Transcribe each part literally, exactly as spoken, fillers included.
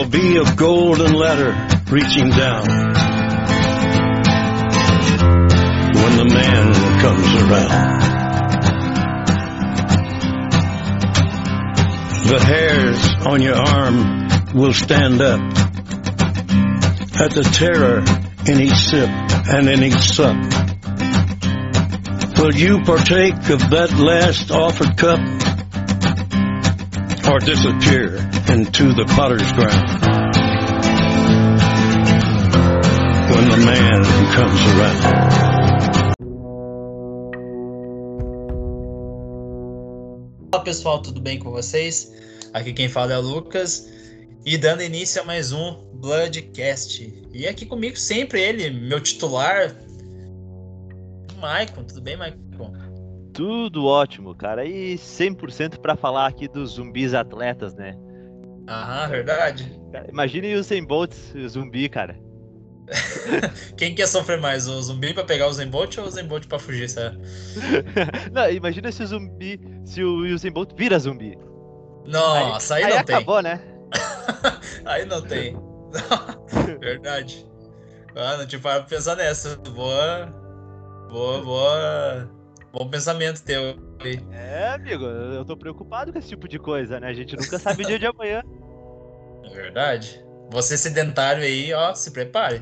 There'll be a golden ladder reaching down when the man comes around. The hairs on your arm will stand up at the terror in each sip and in each sup. Will you partake of that last offered cup, or disappear into the potter's ground when the man comes around? Olá pessoal, tudo bem com vocês? Aqui quem fala é o Lucas e dando início a mais um Bloodcast. E aqui comigo sempre ele, meu titular, Maicon. Tudo bem, Maicon? Tudo ótimo, cara. E cem por cento pra falar aqui dos zumbis atletas, né? Aham, verdade. Cara, imagine o Usain Bolt zumbi, cara. Quem quer sofrer mais, o zumbi pra pegar o Usain Bolt ou o Usain Bolt pra fugir, sabe? Não, imagina se o zumbi, se o Usain Bolt vira zumbi. Nossa, aí, aí, aí não acabou, tem. Acabou, né? Aí não tem. Verdade. Ah, não tinha parado pra pensar nessa. Boa. Boa, boa. Bom pensamento teu aí. É, amigo, eu tô preocupado com esse tipo de coisa, né? A gente nunca sabe o dia de amanhã. É verdade. Você sedentário aí, ó, se prepare.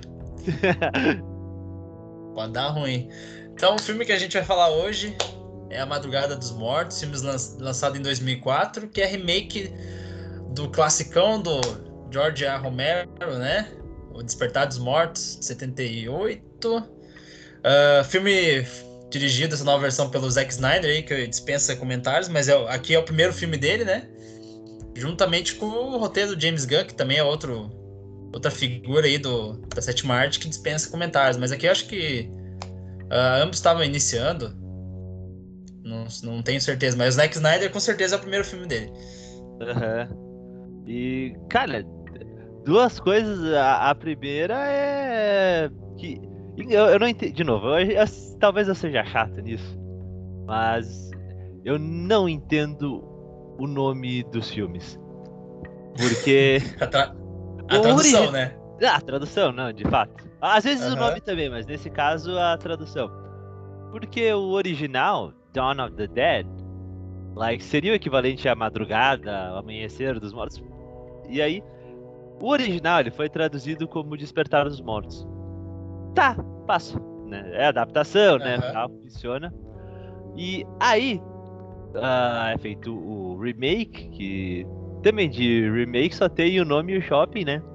Pode dar ruim. Então, o filme que a gente vai falar hoje é A Madrugada dos Mortos, filme lançado em dois mil e quatro, que é remake do classicão do George A. Romero, né? O Despertar dos Mortos, de setenta e oito. Uh, filme dirigido, essa nova versão, pelo Zack Snyder, aí, que dispensa comentários, mas é, aqui é o primeiro filme dele, né? Juntamente com o roteiro do James Gunn, que também é outro, outra figura aí do, da sétima arte que dispensa comentários. Mas aqui eu acho que uh, ambos estavam iniciando. Não, não tenho certeza, mas o Zack Snyder com certeza é o primeiro filme dele. Uhum. E, cara, duas coisas. A, a primeira é que eu, eu não entendi. De novo, eu, eu, talvez eu seja chato nisso, mas eu não entendo o nome dos filmes. Porque. a, tra... a tradução, origi... né? Ah, a tradução, não, de fato. Às vezes uhum. o nome também, mas nesse caso a tradução. Porque o original, Dawn of the Dead, like, seria o equivalente à madrugada, ao amanhecer dos mortos. E aí, o original ele foi traduzido como Despertar dos Mortos. Tá, passo. Né? É adaptação, uhum. né? Tá, funciona. E aí, uh, é feito o remake, que também de remake só tem o nome e o shopping, né?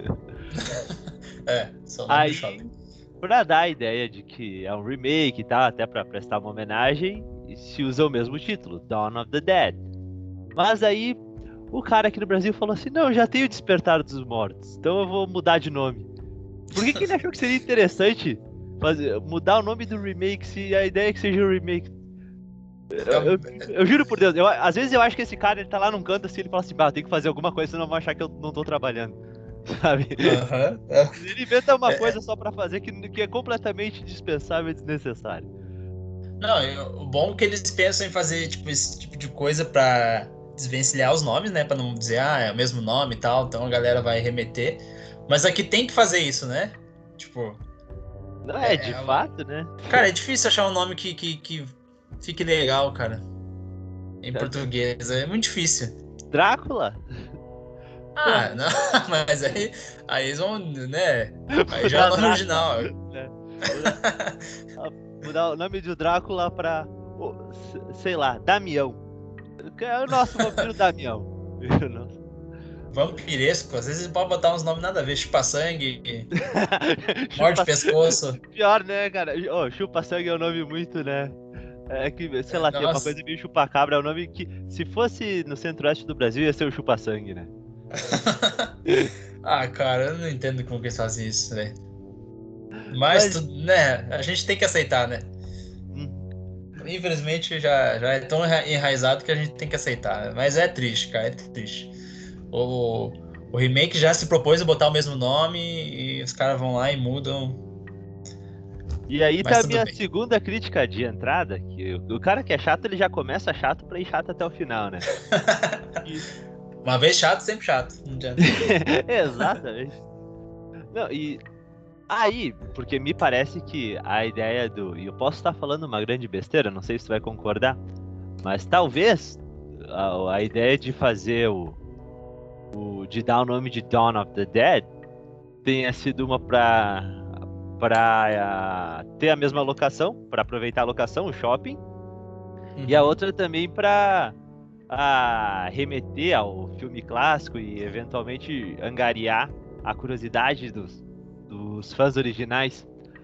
É, só o nome aí, e o shopping. Pra dar a ideia de que é um remake e tal, até pra prestar uma homenagem, se usa o mesmo título, Dawn of the Dead. Mas aí, o cara aqui no Brasil falou assim, não, já tenho Despertar dos Mortos, então eu vou mudar de nome. Por que que ele achou que seria interessante fazer, mudar o nome do remake se a ideia é que seja um remake? Eu, eu, eu juro por Deus, eu, às vezes eu acho que esse cara ele tá lá num canto assim, ele fala assim, bah, eu tenho que fazer alguma coisa, senão vão achar que eu não tô trabalhando, sabe? Uhum. Ele inventa uma coisa só pra fazer que, que é completamente dispensável e desnecessário. Não, eu, o bom é que eles pensam em fazer tipo, esse tipo de coisa pra desvencilhar os nomes, né? Pra não dizer, ah, é o mesmo nome e tal, então a galera vai remeter. Mas aqui tem que fazer isso, né? Tipo... Não, é, é de é, fato, né? Cara, é difícil achar um nome que, que, que fique legal, cara. Em é. português, é muito difícil. Drácula? Ah, não, mas aí, aí eles vão, né? Aí já é o nome original. É. Mudar o nome de Drácula pra, sei lá, Damião. É o nosso vampiro Damião. Vampiresco, às vezes pode botar uns nomes nada a ver, chupa-sangue, morde pescoço. Pior, né, cara? Oh, chupa-sangue é um nome muito, né? É que, sei lá, Nossa. tem uma coisa meio chupa-cabra, é um nome que, se fosse no centro-oeste do Brasil, ia ser o chupa-sangue, né? Ah, cara, eu não entendo como que eles fazem isso, velho. Mas, Mas... Tu, né, a gente tem que aceitar, né? Hum. Infelizmente, já, já é tão enraizado que a gente tem que aceitar. Mas é triste, cara, é triste. O, o remake já se propôs a botar o mesmo nome e os caras vão lá e mudam. E aí Mas tá a minha bem. segunda crítica de entrada, que o, o cara que é chato, ele já começa chato pra ir chato até o final, né? E Uma vez chato, sempre chato. Não adianta. Exatamente. Não, e aí, porque me parece que a ideia do... E eu posso estar falando uma grande besteira, não sei se tu vai concordar, mas talvez a, a ideia de fazer o, o... de dar o nome de Dawn of the Dead tenha sido uma pra... pra uh, ter a mesma locação, pra aproveitar a locação, o shopping, uhum. E a outra também pra a remeter ao filme clássico e eventualmente angariar a curiosidade dos, dos fãs originais.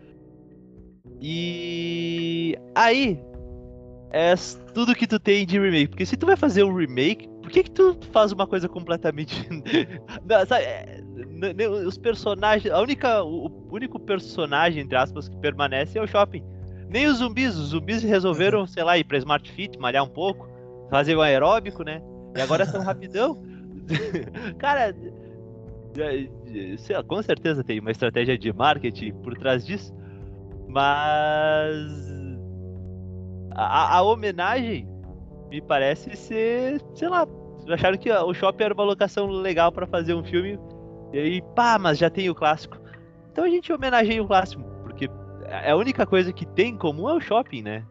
E aí é tudo que tu tem de remake, porque se tu vai fazer um remake, por que que tu faz uma coisa completamente não, sabe, os personagens, a única o único personagem entre aspas que permanece é o shopping. Nem os zumbis, os zumbis resolveram, uhum. sei lá, ir pra Smart Fit, malhar um pouco, fazer um aeróbico, né? E agora são rapidão. Cara, sei lá, com certeza tem uma estratégia de marketing por trás disso, mas a, a homenagem me parece ser, sei lá, acharam que o shopping era uma locação legal pra fazer um filme, e aí, pá, mas já tem o clássico. Então a gente homenageia o clássico, porque a única coisa que tem em comum é o shopping, né?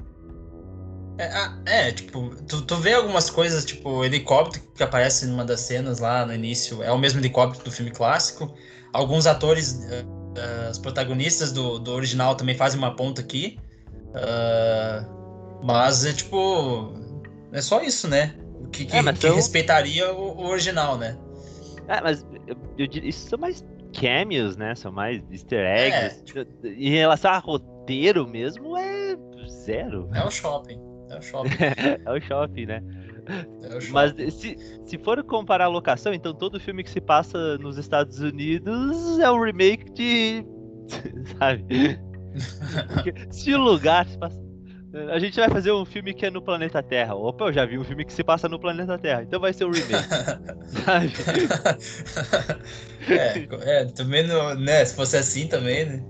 É, é tipo, tu, tu vê algumas coisas, tipo, o helicóptero que aparece numa das cenas lá no início, é o mesmo helicóptero do filme clássico. Alguns atores, uh, os protagonistas do, do original também fazem uma ponta aqui. Uh, mas é tipo, é só isso, né? Que, que, é, que são... respeitaria o, o original, né? É, mas eu, eu diria, isso são mais cameos, né? São mais easter eggs. É, tipo... Em relação a roteiro mesmo, é zero. É o shopping. É o shopping. É o shopping, né? É o shopping. Mas se, se for comparar a locação, então todo filme que se passa nos Estados Unidos é um remake de... Sabe? Se o lugar se passa... A gente vai fazer um filme que é no planeta Terra. Opa, eu já vi um filme que se passa no planeta Terra. Então vai ser um remake. Sabe? É, é, também não, né? Se fosse assim também, né?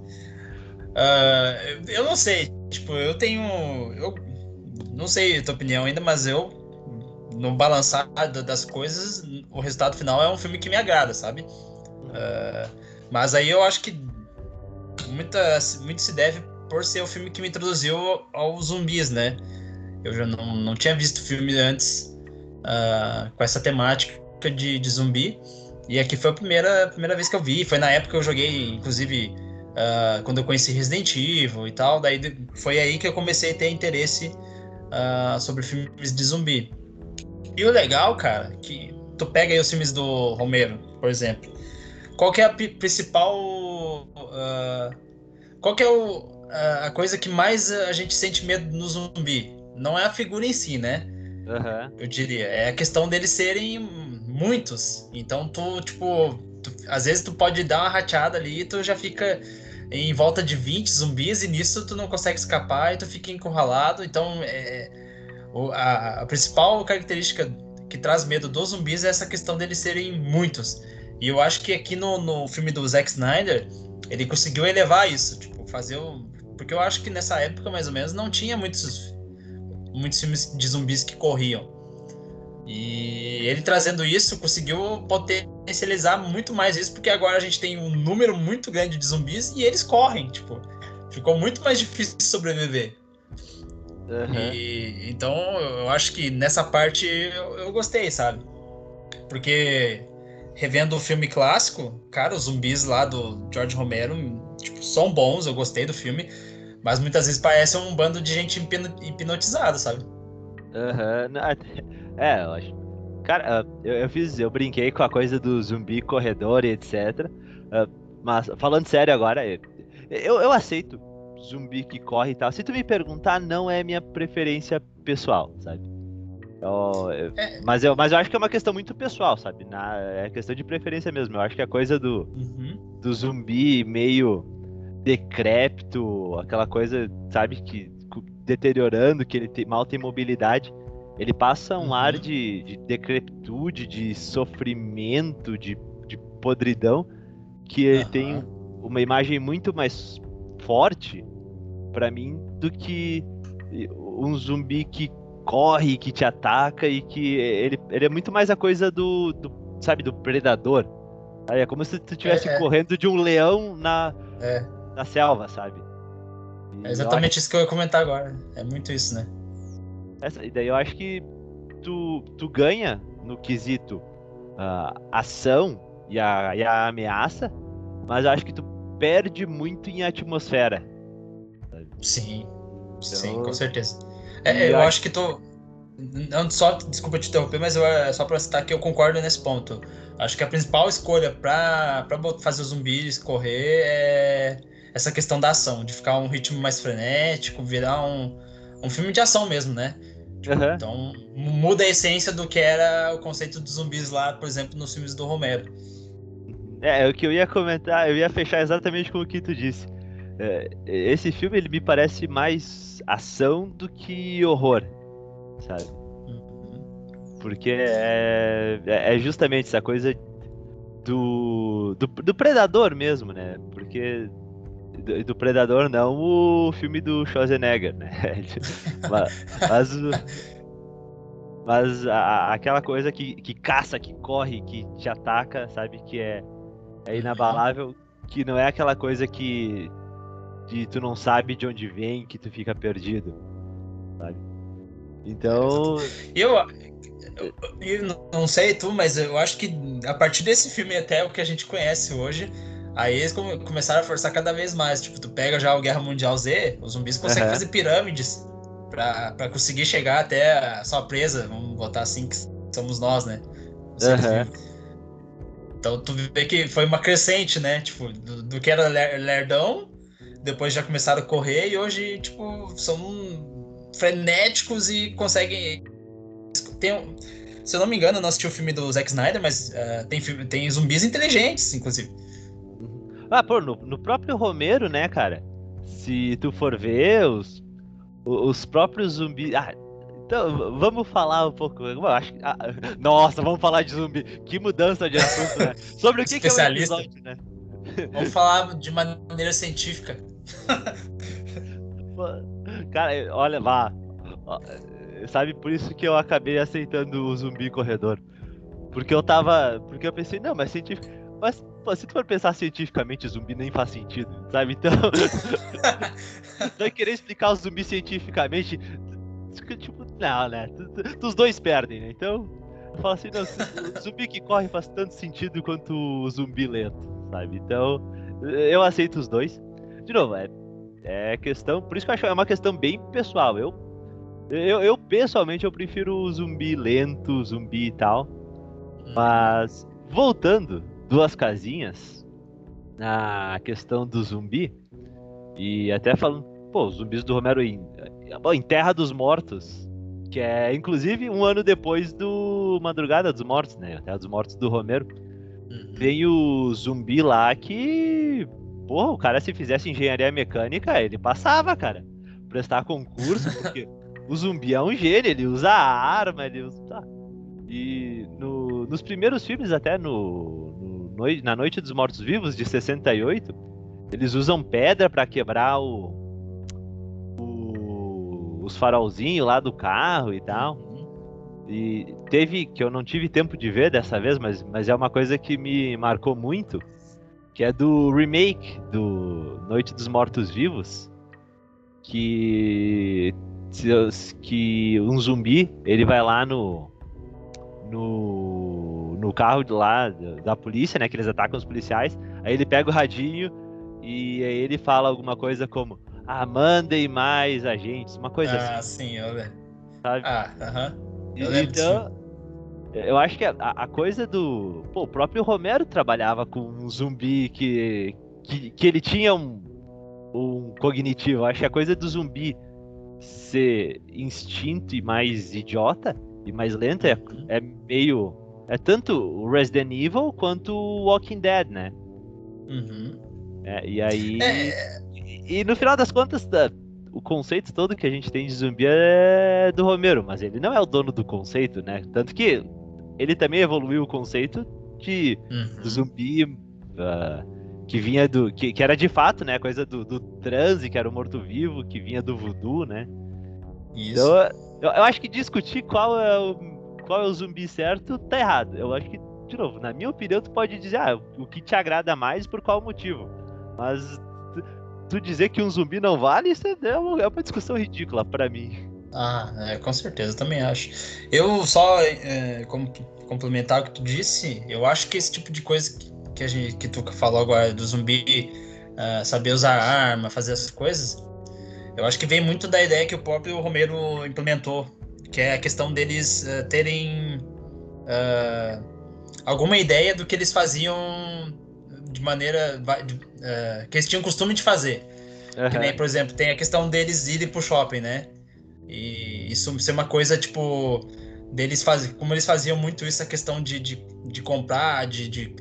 Uh, eu não sei. Tipo, eu tenho... Eu não sei a tua opinião ainda, mas eu, no balançar das coisas, o resultado final é um filme que me agrada, sabe? Uh, mas aí eu acho que muita, muito se deve por ser o filme que me introduziu aos zumbis, né? Eu já não, não tinha visto filme antes uh, com essa temática de, de zumbi, e aqui foi a primeira, a primeira vez que eu vi. Foi na época que eu joguei, inclusive, uh, quando eu conheci Resident Evil e tal, daí foi aí que eu comecei a ter interesse Uh, sobre filmes de zumbi. E o legal, cara, que tu pega aí os filmes do Romero, por exemplo. Qual que é a p- principal... Uh, qual que é o, uh, a coisa que mais a gente sente medo no zumbi? Não é a figura em si, né? Uhum. Eu diria. É a questão deles serem muitos. Então tu, tipo... Tu, às vezes tu pode dar uma rateada ali e tu já fica... em volta de vinte zumbis, e nisso tu não consegue escapar e tu fica encurralado. Então, é, a, a principal característica que traz medo dos zumbis é essa questão deles serem muitos. E eu acho que aqui no, no filme do Zack Snyder, ele conseguiu elevar isso, tipo, fazer o... Porque eu acho que nessa época, mais ou menos, não tinha muitos, muitos filmes de zumbis que corriam. E ele trazendo isso, conseguiu potencializar muito mais isso, porque agora a gente tem um número muito grande de zumbis e eles correm, tipo, ficou muito mais difícil de sobreviver. Uhum. E, então, eu acho que nessa parte eu, eu gostei, sabe? Porque revendo o filme clássico, cara, os zumbis lá do George Romero, tipo, são bons, eu gostei do filme, mas muitas vezes parece um bando de gente hipnotizada, sabe? Aham, uhum. É, eu acho. Cara, eu, eu fiz, eu brinquei com a coisa do zumbi corredor e etcétera. Mas, falando sério agora, eu, eu aceito zumbi que corre e tal. Se tu me perguntar, não é minha preferência pessoal, sabe? Eu, eu, é. Mas, eu, mas eu acho que é uma questão muito pessoal, sabe? Na, é questão de preferência mesmo. Eu acho que a coisa do, uhum. do zumbi meio decrépito, aquela coisa, sabe, que deteriorando, que ele tem, mal tem mobilidade. Ele passa um uhum. ar de, de decrepitude, de sofrimento, de, de podridão, que ele uhum. tem uma imagem muito mais forte pra mim do que um zumbi que corre, que te ataca e que ele, ele é muito mais a coisa do, do sabe, do predador. Sabe? É como se tu estivesse É, é. correndo de um leão na, É, na selva, sabe? E é eu exatamente acho, isso que eu ia comentar agora. É muito isso, né? essa, e daí eu acho que tu, tu ganha no quesito ah, ação e a, e a ameaça, mas eu acho que tu perde muito em atmosfera. Sim, sim, com Então, certeza. É, e é, eu eu acho. acho que tô. Não só, desculpa te interromper, mas eu, é só pra citar que eu concordo nesse ponto. Acho que a principal escolha pra, pra bot- fazer os zumbis correr é essa questão da ação, de ficar um ritmo mais frenético, virar um, um filme de ação mesmo, né? Tipo, Aham. então muda a essência do que era o conceito dos zumbis lá, por exemplo, nos filmes do Romero. É, é o que eu ia comentar, eu ia fechar exatamente com o que tu disse. É, esse filme ele me parece mais ação do que horror, sabe? Uhum. Porque é, é é justamente essa coisa do, do, do Predador mesmo, né? Porque do, do Predador não o filme do Schwarzenegger, né? Mas, mas, o- mas a- a- aquela coisa que, que caça, que corre, que te ataca, sabe? Que é, é Uhum. inabalável, que não é aquela coisa que, que tu não sabe de onde vem, que tu fica perdido, sabe? É, exato. Então, E eu, Eu, eu não não sei tu, mas eu acho que a partir desse filme até o que a gente conhece hoje, aí eles come- começaram a forçar cada vez mais. Tipo, tu pega já o Guerra Mundial Z, os zumbis conseguem aham, fazer pirâmides pra, pra conseguir chegar até a sua presa, vamos botar assim, que somos nós, né? Os seres aham. vivos. Então tu vê que foi uma crescente, né? Tipo, do, do que era ler- lerdão, depois já começaram a correr e hoje, tipo, são frenéticos e conseguem. Tem, um- se eu não me engano, eu não assisti o filme do Zack Snyder, mas eh, tem, filme- tem zumbis inteligentes, inclusive. Uhum. Ah, pô, no, no próprio Romero, né, cara? Se tu for ver, os, o- os próprios zumbis. Ah, então v- vamos falar um pouco. Eu acho, que- ah, nossa, vamos falar de zumbi. Que mudança de assunto, né? Sobre o que que é o Especialista. episódio, né? Vamos falar de maneira científica. Pô, cara, olha lá. Ó, sabe, por isso que eu acabei aceitando o zumbi corredor. Porque eu tava. Porque eu pensei, não, mas científico. Mas, pô, se tu for pensar cientificamente, zumbi nem faz sentido, sabe? Então, vai querer explicar o zumbi cientificamente, tipo, não, né? Tu- tu- tu- Os dois perdem, né? Então, eu falo assim, não, se o zumbi que corre faz tanto sentido quanto o zumbi lento, sabe? Então, eu aceito os dois. De novo, é, é questão, por isso que eu acho que é uma questão bem pessoal. Eu, eu, eu pessoalmente, eu prefiro o zumbi lento, zumbi e tal. Uhum. Mas, voltando duas casinhas na questão do zumbi, e até falando, pô, os zumbis do Romero em, bom, em Terra dos Mortos, que é inclusive um ano depois do Madrugada dos Mortos, né? A Terra dos Mortos do Romero. Uhum. Tem o zumbi lá que, pô, o cara se fizesse engenharia mecânica, ele passava, cara. Prestar concurso, porque o zumbi é um gênio, ele usa arma, ele usa. Tá. E no- nos primeiros filmes, até no, no Noi- na Noite dos Mortos-Vivos, de sessenta e oito, eles usam pedra pra quebrar o, o- os farolzinhos lá do carro e tal. Uhum. E teve, que eu não tive tempo de ver dessa vez, mas, mas é uma coisa que me marcou muito, que é do remake do Noite dos Mortos-Vivos, que, que um zumbi, ele vai lá no no, no carro de lá da, da polícia, né? Que eles atacam os policiais. Aí ele pega o radinho e aí ele fala alguma coisa como: Ah, mandem mais agentes, uma coisa assim, Ah, sim, eu lembro. sabe? Ah, aham. Eu E- lembro desse então, filme. eu acho que a, a coisa do. Pô, o próprio Romero trabalhava com um zumbi que, que, que ele tinha um, um cognitivo. Eu acho que a coisa do zumbi ser instinto e mais idiota e mais lento é, Uhum. é meio. É tanto o Resident Evil quanto o Walking Dead, né? Uhum. É, e aí. É, E, e no final das contas, da- o conceito todo que a gente tem de zumbi é do Romero, mas ele não é o dono do conceito, né? Tanto que ele também evoluiu o conceito de do uhum. zumbi ah, que vinha do. Que, que era de fato, né? Coisa do, do transe, que era o morto-vivo, que vinha do voodoo, né? Então, Isso. Eu, eu acho que discutir qual é, o, qual é o zumbi certo tá errado. Eu acho que, de novo, na minha opinião, tu pode dizer ah, o que te agrada mais por qual motivo. Mas tu, tu dizer que um zumbi não vale, isso é uma, é uma discussão ridícula pra mim. Ah, é, com certeza, também acho. Eu só, é, como complementar o que tu disse, eu acho que esse tipo de coisa que, que, a gente, que tu falou agora do zumbi, uh, saber usar arma, fazer essas coisas, eu acho que vem muito da ideia que o próprio Romero implementou, que é a questão deles uh, terem uh, alguma ideia do que eles faziam de maneira de, uh, que eles tinham costume de fazer. Uhum. Que nem, por exemplo, tem a questão deles irem pro shopping, né? E isso ser uma coisa, tipo, deles fazer, como eles faziam muito isso, a questão de, de, de comprar, de, de,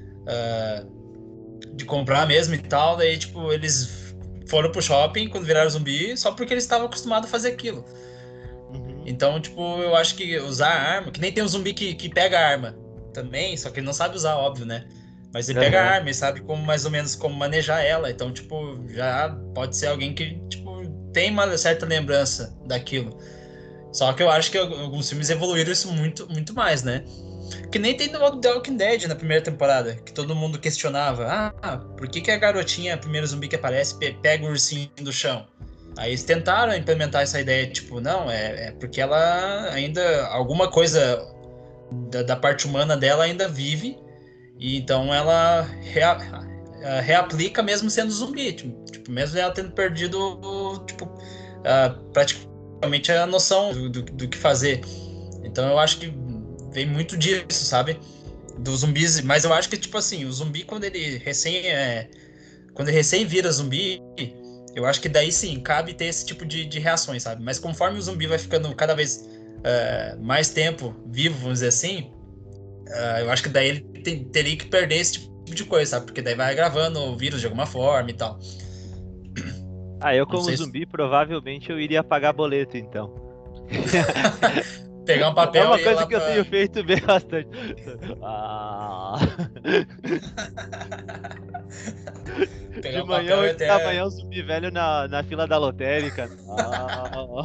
uh, de comprar mesmo e tal, daí, tipo, eles foram pro shopping quando viraram zumbi, só porque eles estavam acostumados a fazer aquilo. Uhum. Então, tipo, eu acho que usar arma, que nem tem um zumbi que, que pega a arma também, só que ele não sabe usar, óbvio, né? Mas ele uhum. pega a arma e sabe como, mais ou menos, como manejar ela, então, tipo, já pode ser alguém que, tipo, tem uma certa lembrança daquilo. Só que eu acho que alguns filmes evoluíram isso muito, muito mais, né? Que nem tem no The Walking Dead na primeira temporada, que todo mundo questionava, ah, por que, que a garotinha, a primeira zumbi que aparece, pega o ursinho do chão? Aí eles tentaram implementar essa ideia, tipo, não, é, é porque ela ainda, alguma coisa da, da parte humana dela ainda vive, e então ela rea, reaplica mesmo sendo zumbi, tipo, tipo, mesmo ela tendo perdido, tipo, uh, praticamente a noção do, do, do que fazer. Então eu acho que vem muito disso, sabe? Dos zumbis, mas eu acho que, tipo assim, o zumbi quando ele recém é, quando ele recém vira zumbi, eu acho que daí sim, cabe ter esse tipo de, de reações, sabe? Mas conforme o zumbi vai ficando cada vez uh, mais tempo vivo, vamos dizer assim, uh, eu acho que daí ele tem, teria que perder esse tipo de coisa, sabe? Porque daí vai agravando o vírus de alguma forma e tal. Ah, eu como zumbi, se... provavelmente eu iria pagar boleto, então. Pegar um papel é uma e coisa que pra... eu tenho feito bem bastante. Ah... Pegar de um manhã, papel e oito até... da manhã, um zumbi velho na, na fila da lotérica. Ah...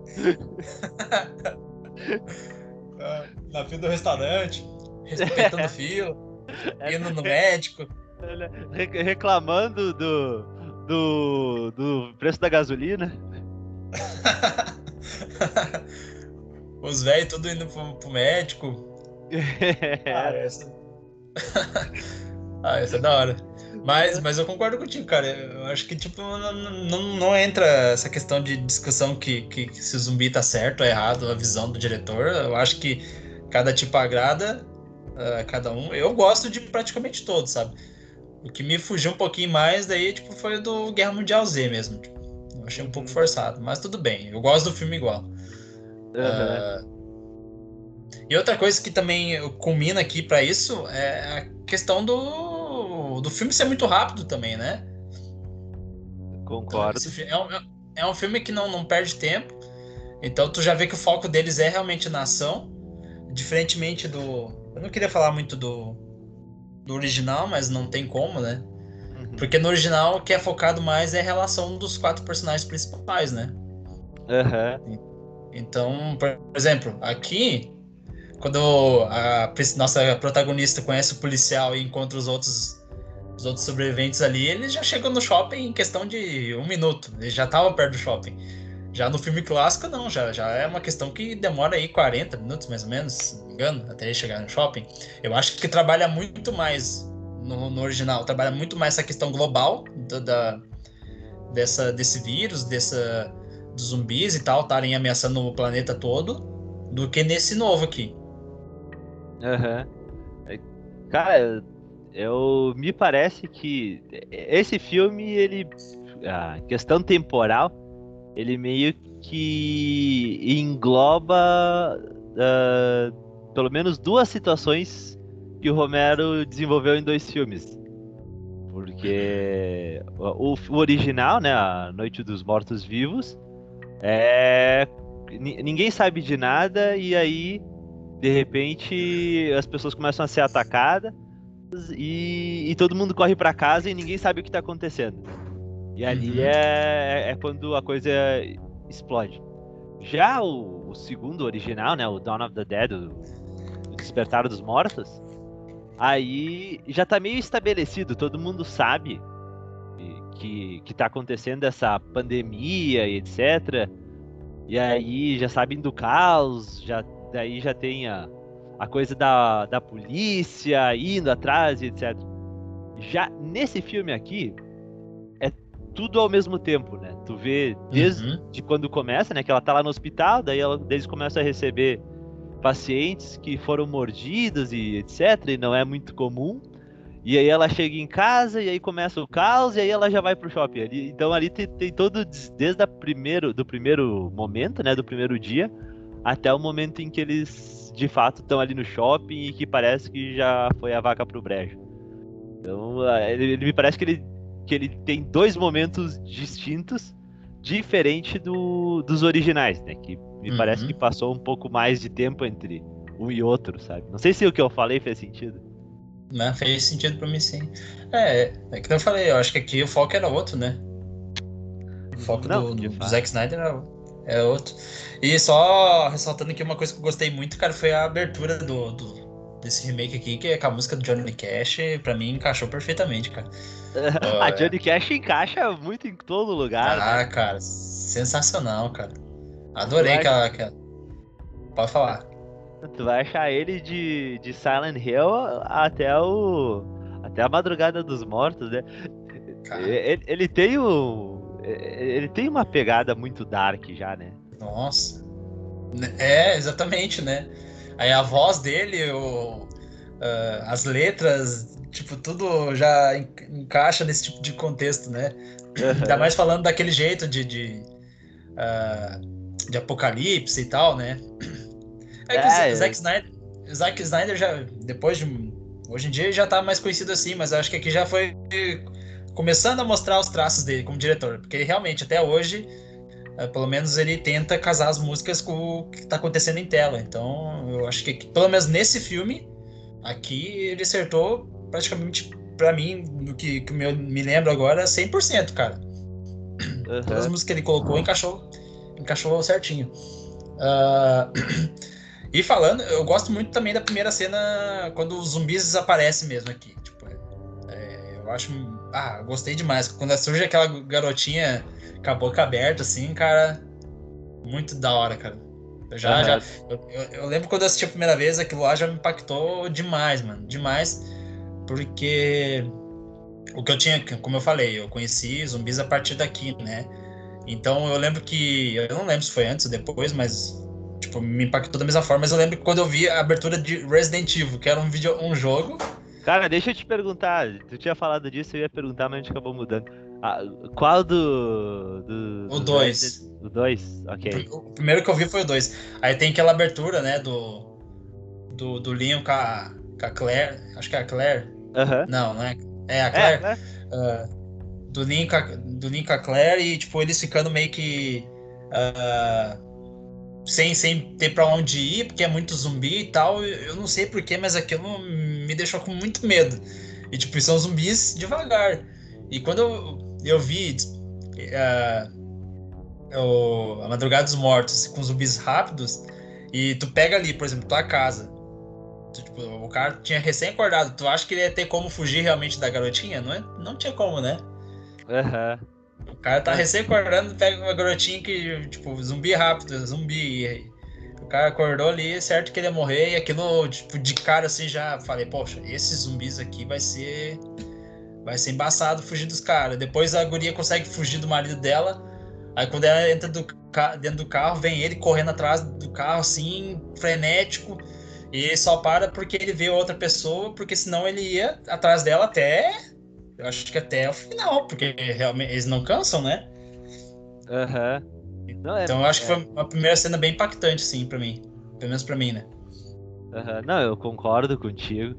na fila do restaurante, respeitando o fio, indo no médico. Reclamando do, do, do preço da gasolina. Os velhos tudo indo pro, pro médico. Ah, essa... ah, essa é da hora. Mas, mas eu concordo contigo, cara. Eu acho que, tipo, não, não, não entra essa questão de discussão que, que se o zumbi tá certo ou errado, a visão do diretor. Eu acho que cada tipo agrada uh, cada um. Eu gosto de praticamente todos, sabe? O que me fugiu um pouquinho mais daí, tipo, foi o do Guerra Mundial Z mesmo. Tipo, eu achei um uhum. pouco forçado, mas tudo bem. Eu gosto do filme igual. Uhum. Uh, e outra coisa que também culmina aqui pra isso é a questão do, do filme ser muito rápido também, né? Concordo. Esse é, um, é um filme que não, não perde tempo. Então tu já vê que o foco deles é realmente na ação. Diferentemente do... Eu não queria falar muito do, do original, mas não tem como, né? Uhum. Porque no original o que é focado mais é a relação dos quatro personagens principais, né? Uhum. Então, por exemplo, aqui... Quando a nossa protagonista conhece o policial e encontra os outros, os outros sobreviventes ali, eles já chegam no shopping em questão de um minuto. Eles já estavam perto do shopping. Já no filme clássico, não. Já, já é uma questão que demora aí quarenta minutos, mais ou menos, se não me engano, até ele chegar no shopping. Eu acho que trabalha muito mais no, no original. Trabalha muito mais essa questão global da, da, dessa, desse vírus, dessa, dos zumbis e tal, estarem ameaçando o planeta todo, do que nesse novo aqui. Aham. Uhum. Cara, eu me parece que esse filme, ele, a questão temporal, ele meio que engloba uh, pelo menos duas situações que o Romero desenvolveu em dois filmes. Porque o, o original, né, A Noite dos Mortos Vivos, é ninguém sabe de nada e aí de repente as pessoas começam a ser atacadas e, e todo mundo corre para casa e ninguém sabe o que está acontecendo. E ali uhum. é, é quando a coisa explode. Já o, o segundo original, né, o Dawn of the Dead, o, o Despertar dos Mortos, aí já tá meio estabelecido, todo mundo sabe que, que tá acontecendo essa pandemia e etcétera. E aí já sabem do caos, já, daí já tem a, a coisa da, da polícia indo atrás e etcétera. Já nesse filme aqui, é tudo ao mesmo tempo, né? Tu vê desde Uhum. de quando começa, né? Que ela tá lá no hospital, daí ela, eles começam a receber pacientes que foram mordidos e etcétera. E não é muito comum. E aí ela chega em casa e aí começa o caos e aí ela já vai pro shopping. Ali, então ali tem, tem todo desde a primeiro, do primeiro momento, né, do primeiro dia, até o momento em que eles de fato estão ali no shopping e que parece que já foi a vaca pro brejo. Então ele, ele me parece que ele, que ele tem dois momentos distintos, diferente do, dos originais, né? Que me parece que Uhum. passou um pouco mais de tempo entre um e outro, sabe? Não sei se o que eu falei fez sentido. Né? Fez sentido pra mim, sim. É, é que eu falei, eu acho que aqui o foco era outro, né? O Uhum, foco não, do, de do, do fato. Zack Snyder era, era outro. E só ressaltando aqui uma coisa que eu gostei muito, cara, foi a abertura do, do- desse remake aqui, que é com a música do Johnny Cash, pra mim encaixou perfeitamente, cara. A Ó, é- Johnny Cash encaixa muito em todo lugar, né? Ah, cara, sensacional, cara. Tu Adorei vai, aquela, aquela... Pode falar. tu vai achar ele de, de Silent Hill até o até a Madrugada dos Mortos, né? Cara, Ele, ele tem o ele tem uma pegada muito dark já, né? nossa. É, exatamente, né? Aí a voz dele, o, ah, as letras, tipo, tudo já en- encaixa nesse tipo de contexto, né? Ainda Aham. mais falando daquele jeito de, de, ah, de apocalipse e tal, né? É que o Z- É, Zack Snyder, o Zack Snyder já, depois de. um- Hoje em dia ele já tá mais conhecido assim, mas eu acho que aqui já foi começando a mostrar os traços dele como diretor, porque ele realmente, até hoje, eh, pelo menos ele tenta casar as músicas com o que tá acontecendo em tela. Então, eu acho que, pelo menos nesse filme, aqui ele acertou praticamente, pra mim, no que, que eu me lembro agora, cem por cento, cara. Todas as aham. músicas que ele colocou encaixou, encaixou certinho. Ah, e falando, eu gosto muito também da primeira cena quando os zumbis desaparecem mesmo aqui. Tipo, é, eu acho. Ah, gostei demais. Quando surge aquela garotinha com a boca aberta, assim, cara. Muito da hora, cara. Eu já, já. Aham. Eu, eu, eu lembro quando eu assisti a primeira vez, aquilo lá já me impactou demais, mano. Demais. Porque o que eu tinha, como eu falei, eu conheci zumbis a partir daqui, né? Então eu lembro que. Eu não lembro se foi antes ou depois, mas. Tipo, me impactou da mesma forma. Mas eu lembro que quando eu vi a abertura de Resident Evil, que era um vídeo, um jogo. Cara, deixa eu te perguntar. Tu tinha falado disso, eu ia perguntar, mas a gente acabou mudando. Ah, qual do, do O dos Resident? dois. O dois. O, Ok. prim- o primeiro que eu vi foi o dois. Aí tem aquela abertura, né, do, do, do Leon com a, com a Claire. Acho que é a Claire. Aham. Não, não é. É a É, Claire. claro. Ah, do Leon com a, do Leon com a Claire e, tipo, eles ficando meio que. ah, sem, sem ter pra onde ir, porque é muito zumbi e tal. Eu, eu não sei porquê, mas aquilo me deixou com muito medo. E, tipo, são zumbis devagar. E quando eu, eu vi. ah, o, a Madrugada dos Mortos com zumbis rápidos e tu pega ali, por exemplo, tua casa. Tu, tipo, o cara tinha recém acordado. Tu acha que ele ia ter como fugir realmente da garotinha? Não, é, não tinha como, né? Aham. O cara tá Não, recém acordando, pega uma garotinha que, tipo, zumbi rápido, zumbi. E o cara acordou ali, certo que ele ia morrer. E aquilo, tipo, de cara assim já falei, poxa, esses zumbis aqui vai ser. Vai ser embaçado fugir dos caras. Depois a guria consegue fugir do marido dela. Aí quando ela entra do ca- dentro do carro, vem ele correndo atrás do carro, assim, frenético. E ele só para porque ele vê outra pessoa, porque senão ele ia atrás dela até. Eu acho que até o final, porque realmente eles não cansam, né? aham. Não, é, Então eu acho que foi é, uma primeira cena bem impactante, sim, pra mim. Pelo menos pra mim, né? aham. Não, eu concordo contigo.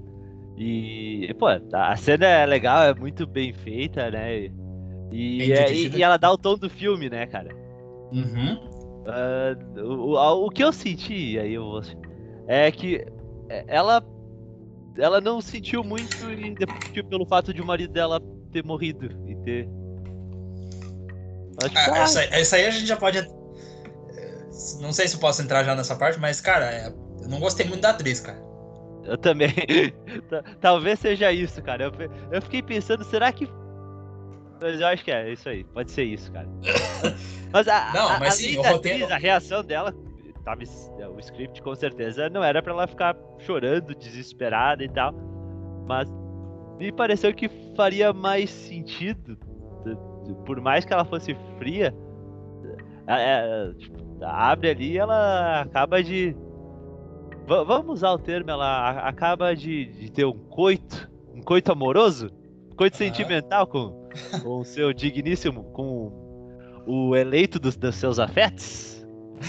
E, pô, a cena é legal, é muito bem feita, né? E, Bem é- e, e dirigida. ela dá o tom do filme, né, cara? Uhum. Ah, o, o, o que eu senti, aí eu vou. É que é, ela, ela não sentiu muito e depois, tipo, pelo fato de o marido dela ter morrido e ter. Ela, tipo, Ah, ah, essa, essa aí a gente já pode. não sei se eu posso entrar já nessa parte, mas, cara, é, eu não gostei muito da atriz, cara. Eu também. Talvez seja isso, cara. Eu, eu fiquei pensando, será que... Mas eu acho que é isso aí. Pode ser isso, cara. Mas, a, não, a, mas além sim, o da roteiro... atriz, a reação dela... Tava, o script com certeza não era pra ela ficar chorando, desesperada e tal. Mas me pareceu que faria mais sentido, por mais que ela fosse fria, é, tipo, abre ali e ela acaba de... V vamos usar o termo, ela acaba de, de ter um coito, um coito amoroso, um coito uhum. sentimental com, com o seu digníssimo, com o eleito dos, dos seus afetos.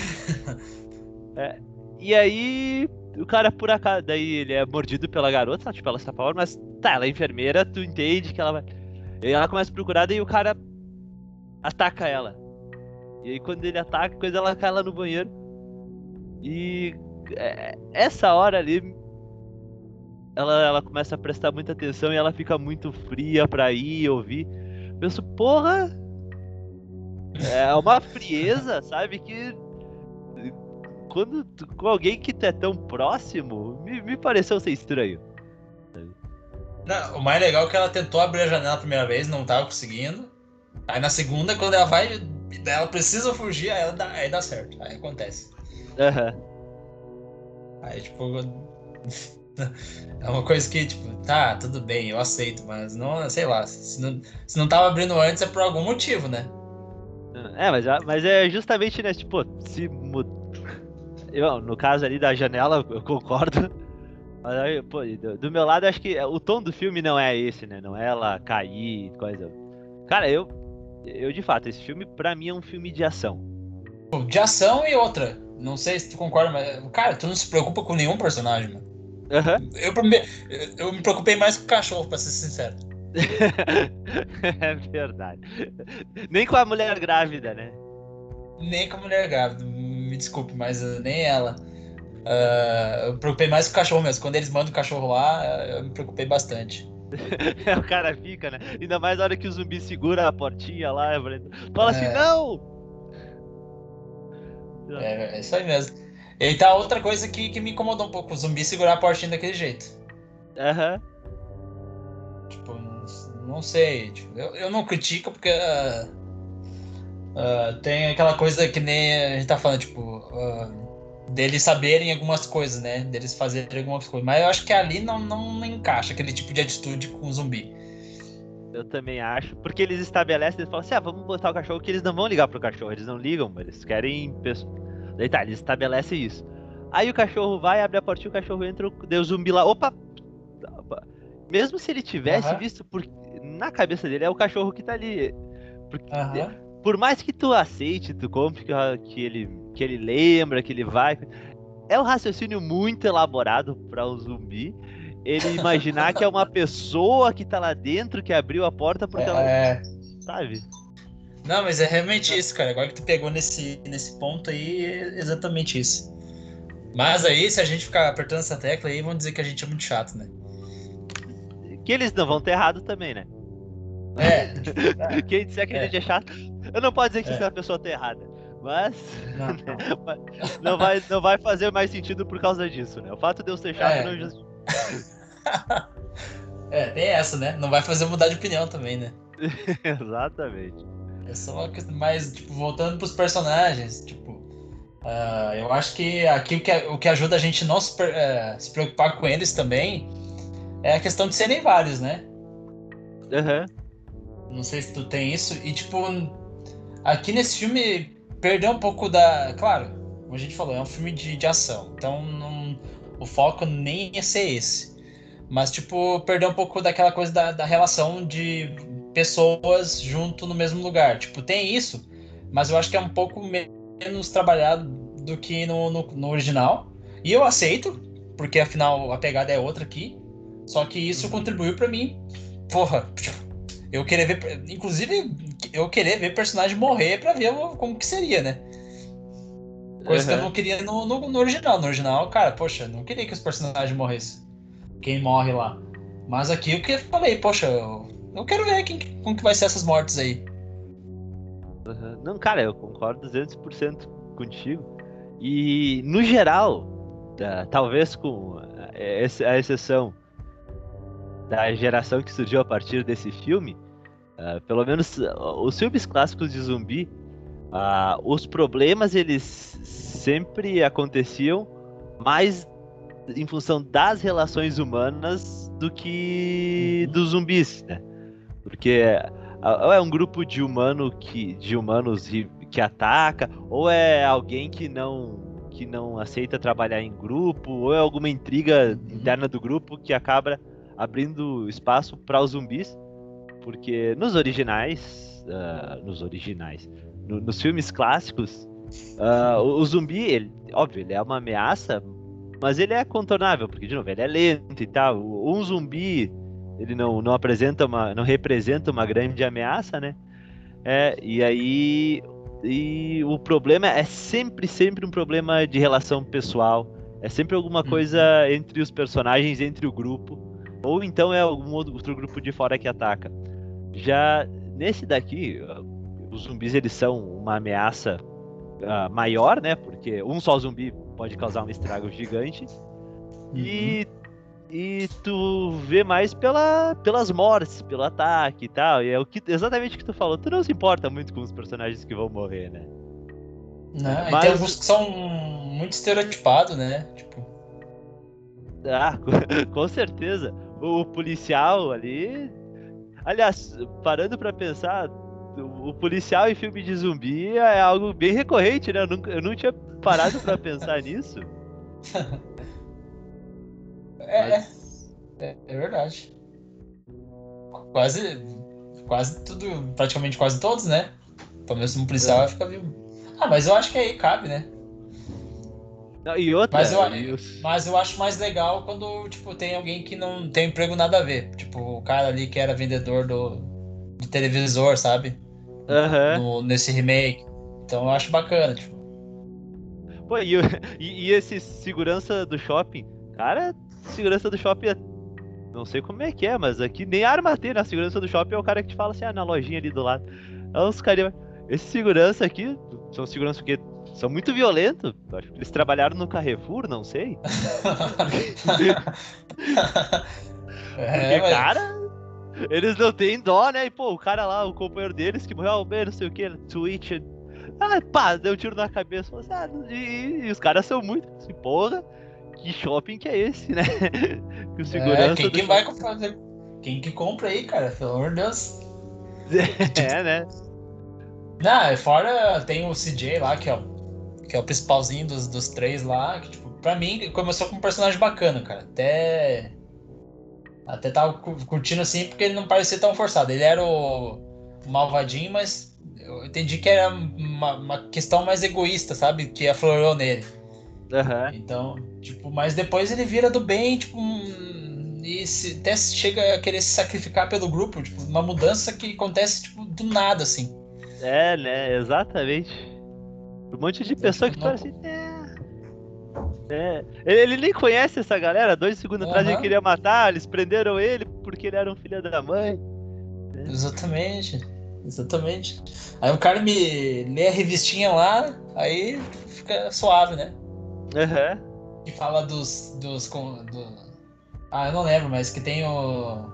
É, e aí, o cara por acaso, daí ele é mordido pela garota, tipo, ela está pra hora, mas tá, ela é enfermeira, tu entende que ela vai... E ela começa a procurar, daí o cara ataca ela. E aí quando ele ataca, coisa, ela cai lá no banheiro. E é, essa hora ali, ela, ela começa a prestar muita atenção e ela fica muito fria pra ir ouvir. Penso, porra, é uma frieza, sabe, que... Quando tu, com alguém que tu é tão próximo, me, me pareceu ser estranho. Não, o mais legal é que ela tentou abrir a janela a primeira vez, não tava conseguindo. Aí na segunda, quando ela vai, ela precisa fugir, aí, ela dá, aí dá certo, aí acontece. Uhum. Aí tipo, é uma coisa que tipo, tá, tudo bem, eu aceito, mas não, sei lá, se não, se não tava abrindo antes é por algum motivo, né? É, mas, mas é justamente, né, tipo, se mudar. Eu, no caso ali da janela, eu concordo. Mas, aí, pô, do, do meu lado, acho que o tom do filme não é esse, né? Não é ela cair, coisa. Cara, eu, eu de fato, esse filme pra mim é um filme de ação. De ação e outra. Não sei se tu concorda, mas, cara, tu não se preocupa com nenhum personagem, mano. Uhum. Eu, eu me preocupei mais com o cachorro, pra ser sincero. É verdade. Nem com a mulher grávida, né? Nem com a mulher grávida, me desculpe, mas uh, nem ela. Uh, eu me preocupei mais com o cachorro mesmo. Quando eles mandam o cachorro lá, eu me preocupei bastante. O cara fica, né? Ainda mais na hora que o zumbi segura a portinha lá, fala assim, é. não! É, é isso aí mesmo. E tá outra coisa que, que me incomodou um pouco, o zumbi segurar a portinha daquele jeito. Aham. Uhum. Tipo, não, não sei. Tipo, eu, eu não critico porque... Uh, Uh, tem aquela coisa que nem a gente tá falando, tipo, uh, deles saberem algumas coisas, né? Deles fazerem algumas coisas. Mas eu acho que ali não, não encaixa aquele tipo de atitude com o zumbi. Eu também acho. Porque eles estabelecem, eles falam assim, ah, vamos botar o cachorro, que eles não vão ligar pro cachorro. Eles não ligam, eles querem... Daí tá, eles estabelecem isso. Aí o cachorro vai, abre a portinha, o cachorro entra, deu o zumbi lá, opa! Mesmo se ele tivesse uhum. visto, por... na cabeça dele é o cachorro que tá ali. Porque... Uhum. Por mais que tu aceite, tu compre que, que, ele, que ele lembra, que ele vai... É um raciocínio muito elaborado para um zumbi. Ele imaginar que é uma pessoa que tá lá dentro, que abriu a porta porque ela... É... Sabe? Não, mas é realmente isso, cara. Agora que tu pegou nesse, nesse ponto aí, é exatamente isso. Mas aí, se a gente ficar apertando essa tecla aí, vão dizer que a gente é muito chato, né? Que eles não vão ter errado também, né? É. Quem disser que é. a gente é chato, eu não posso dizer que é. essa pessoa tá errada, mas não, não. não, vai, não vai fazer mais sentido por causa disso, né? O fato de eu ser chato é. não justifica. É, tem essa, né? Não vai fazer mudar de opinião também, né? Exatamente. É só uma questão mais, tipo, voltando pros personagens, tipo, uh, eu acho que aqui o que, o que ajuda a gente não se, uh, se preocupar com eles também é a questão de serem vários, né? Aham. Uhum. Não sei se tu tem isso. E, tipo, aqui nesse filme perdeu um pouco da... Claro, como a gente falou, é um filme de, de ação. Então, não, o foco nem ia ser esse. Mas, tipo, perdeu um pouco daquela coisa da, da relação de pessoas junto no mesmo lugar. Tipo, tem isso, mas eu acho que é um pouco menos trabalhado do que no, no, no original. E eu aceito, porque afinal a pegada é outra aqui. Só que isso uhum. contribuiu pra mim. Porra, eu querer ver, inclusive, eu querer ver personagem morrer pra ver como que seria, né? Coisa uhum. que eu não queria no, no, no original. No original, cara, poxa, não queria que os personagens morressem. Quem morre lá. Mas aqui o que eu falei, poxa, eu, eu quero ver quem, como que vai ser essas mortes aí. Uhum. Não, cara, eu concordo duzentos por cento contigo. E, no geral, tá, talvez com a exceção da geração que surgiu a partir desse filme, uh, pelo menos uh, os filmes clássicos de zumbi, uh, os problemas eles sempre aconteciam mais em função das relações humanas do que dos zumbis, né? Porque ou é um grupo de, humano que, de humanos que ataca, ou é alguém que não, que não aceita trabalhar em grupo, ou é alguma intriga interna do grupo que acaba abrindo espaço para os zumbis. Porque nos originais, uh, nos originais, no, nos filmes clássicos, uh, o, o zumbi, ele, óbvio, ele é uma ameaça, mas ele é contornável, porque, de novo, ele é lento e tal. Um zumbi, ele não, não apresenta uma, não representa uma grande ameaça, né? É, e aí, e o problema é sempre, sempre um problema de relação pessoal. É sempre alguma coisa entre os personagens, entre o grupo, ou então é algum outro grupo de fora que ataca. Já nesse daqui, os zumbis, eles são uma ameaça uh, maior, né? Porque um só zumbi pode causar um estrago gigante. Uhum. E, e tu vê mais pela, pelas mortes, pelo ataque e tal. E é o que, exatamente o que tu falou. Tu não se importa muito com os personagens que vão morrer, né? Não, Mas... e tem alguns que são muito estereotipados, né? Tipo... Ah, com, com certeza. O policial ali... Aliás, parando pra pensar, o policial em filme de zumbi é algo bem recorrente, né? Eu, nunca, eu não tinha parado pra pensar nisso. É, Mas... é, é verdade. Quase, quase tudo, praticamente quase todos, né? Pelo menos um policial é. fica vivo. Ah, mas eu acho que aí cabe, né? Não, e outra, mas, eu, eu... mas eu acho mais legal quando, tipo, tem alguém que não tem emprego nada a ver. Tipo, o cara ali que era vendedor do, do televisor, sabe? Uhum. No, nesse remake. Então eu acho bacana, tipo. Pô, e, e, e esse segurança do shopping? Cara, segurança do shopping, não sei como é que é, mas aqui nem arma tem na segurança do shopping, é o cara que te fala assim, ah, na lojinha ali do lado. Então, os caras... Esse segurança aqui, são segurança que são muito violentos. Acho que eles trabalharam no Carrefour, não sei. é, Porque, mas... cara, eles não têm dó, né? E, pô, o cara lá, o companheiro deles que morreu, não sei o que, Twitch. Ah, pá, deu um tiro na cabeça. Ah, e, e os caras são muito assim, porra, que shopping que é esse, né? Que o segurança é, quem que shopping... vai comprar? Quem que compra aí, cara? Pelo amor de Deus. É, né? Não, fora tem o C J lá, que é o, que é o principalzinho dos, dos três lá, que, tipo, pra mim, começou com um personagem bacana, cara. Até... Até tava curtindo, assim, porque ele não parecia tão forçado. Ele era o, o malvadinho, mas eu entendi que era uma, uma questão mais egoísta, sabe? Que aflorou nele. Uhum. Então, tipo, mas depois ele vira do bem, tipo, um, e se, até chega a querer se sacrificar pelo grupo, tipo, uma mudança que acontece, tipo, do nada, assim. É, né, exatamente. Um monte de pessoa que tá assim, é... é. Ele, ele nem conhece essa galera, dois segundos uhum. atrás ele queria matar, eles prenderam ele porque ele era um filho da mãe. É. Exatamente, exatamente. Aí o cara me lê a revistinha lá, aí fica suave, né? Uhum. Que fala dos, dos do... ah, eu não lembro, mas que tem o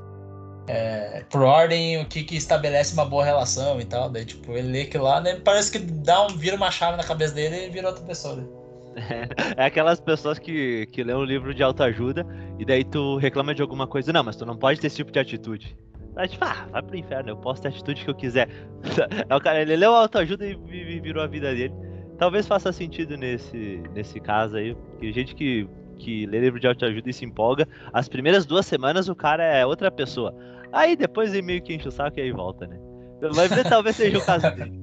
é, por ordem o que, que estabelece uma boa relação e tal. Daí tipo, ele lê aquilo lá, né? Parece que dá um, vira uma chave na cabeça dele e vira outra pessoa, né? É aquelas pessoas que, que lêem um livro de autoajuda e daí tu reclama de alguma coisa. Não, mas tu não pode ter esse tipo de atitude. Aí, tipo, ah, vai pro inferno, eu posso ter a atitude que eu quiser. É o cara, ele leu autoajuda e virou a vida dele. Talvez faça sentido nesse, nesse caso aí, porque gente que, que lê livro de autoajuda e se empolga, as primeiras duas semanas o cara é outra pessoa. Aí depois ele meio que enche o saco e aí volta, né? Vai ver, talvez seja o caso dele.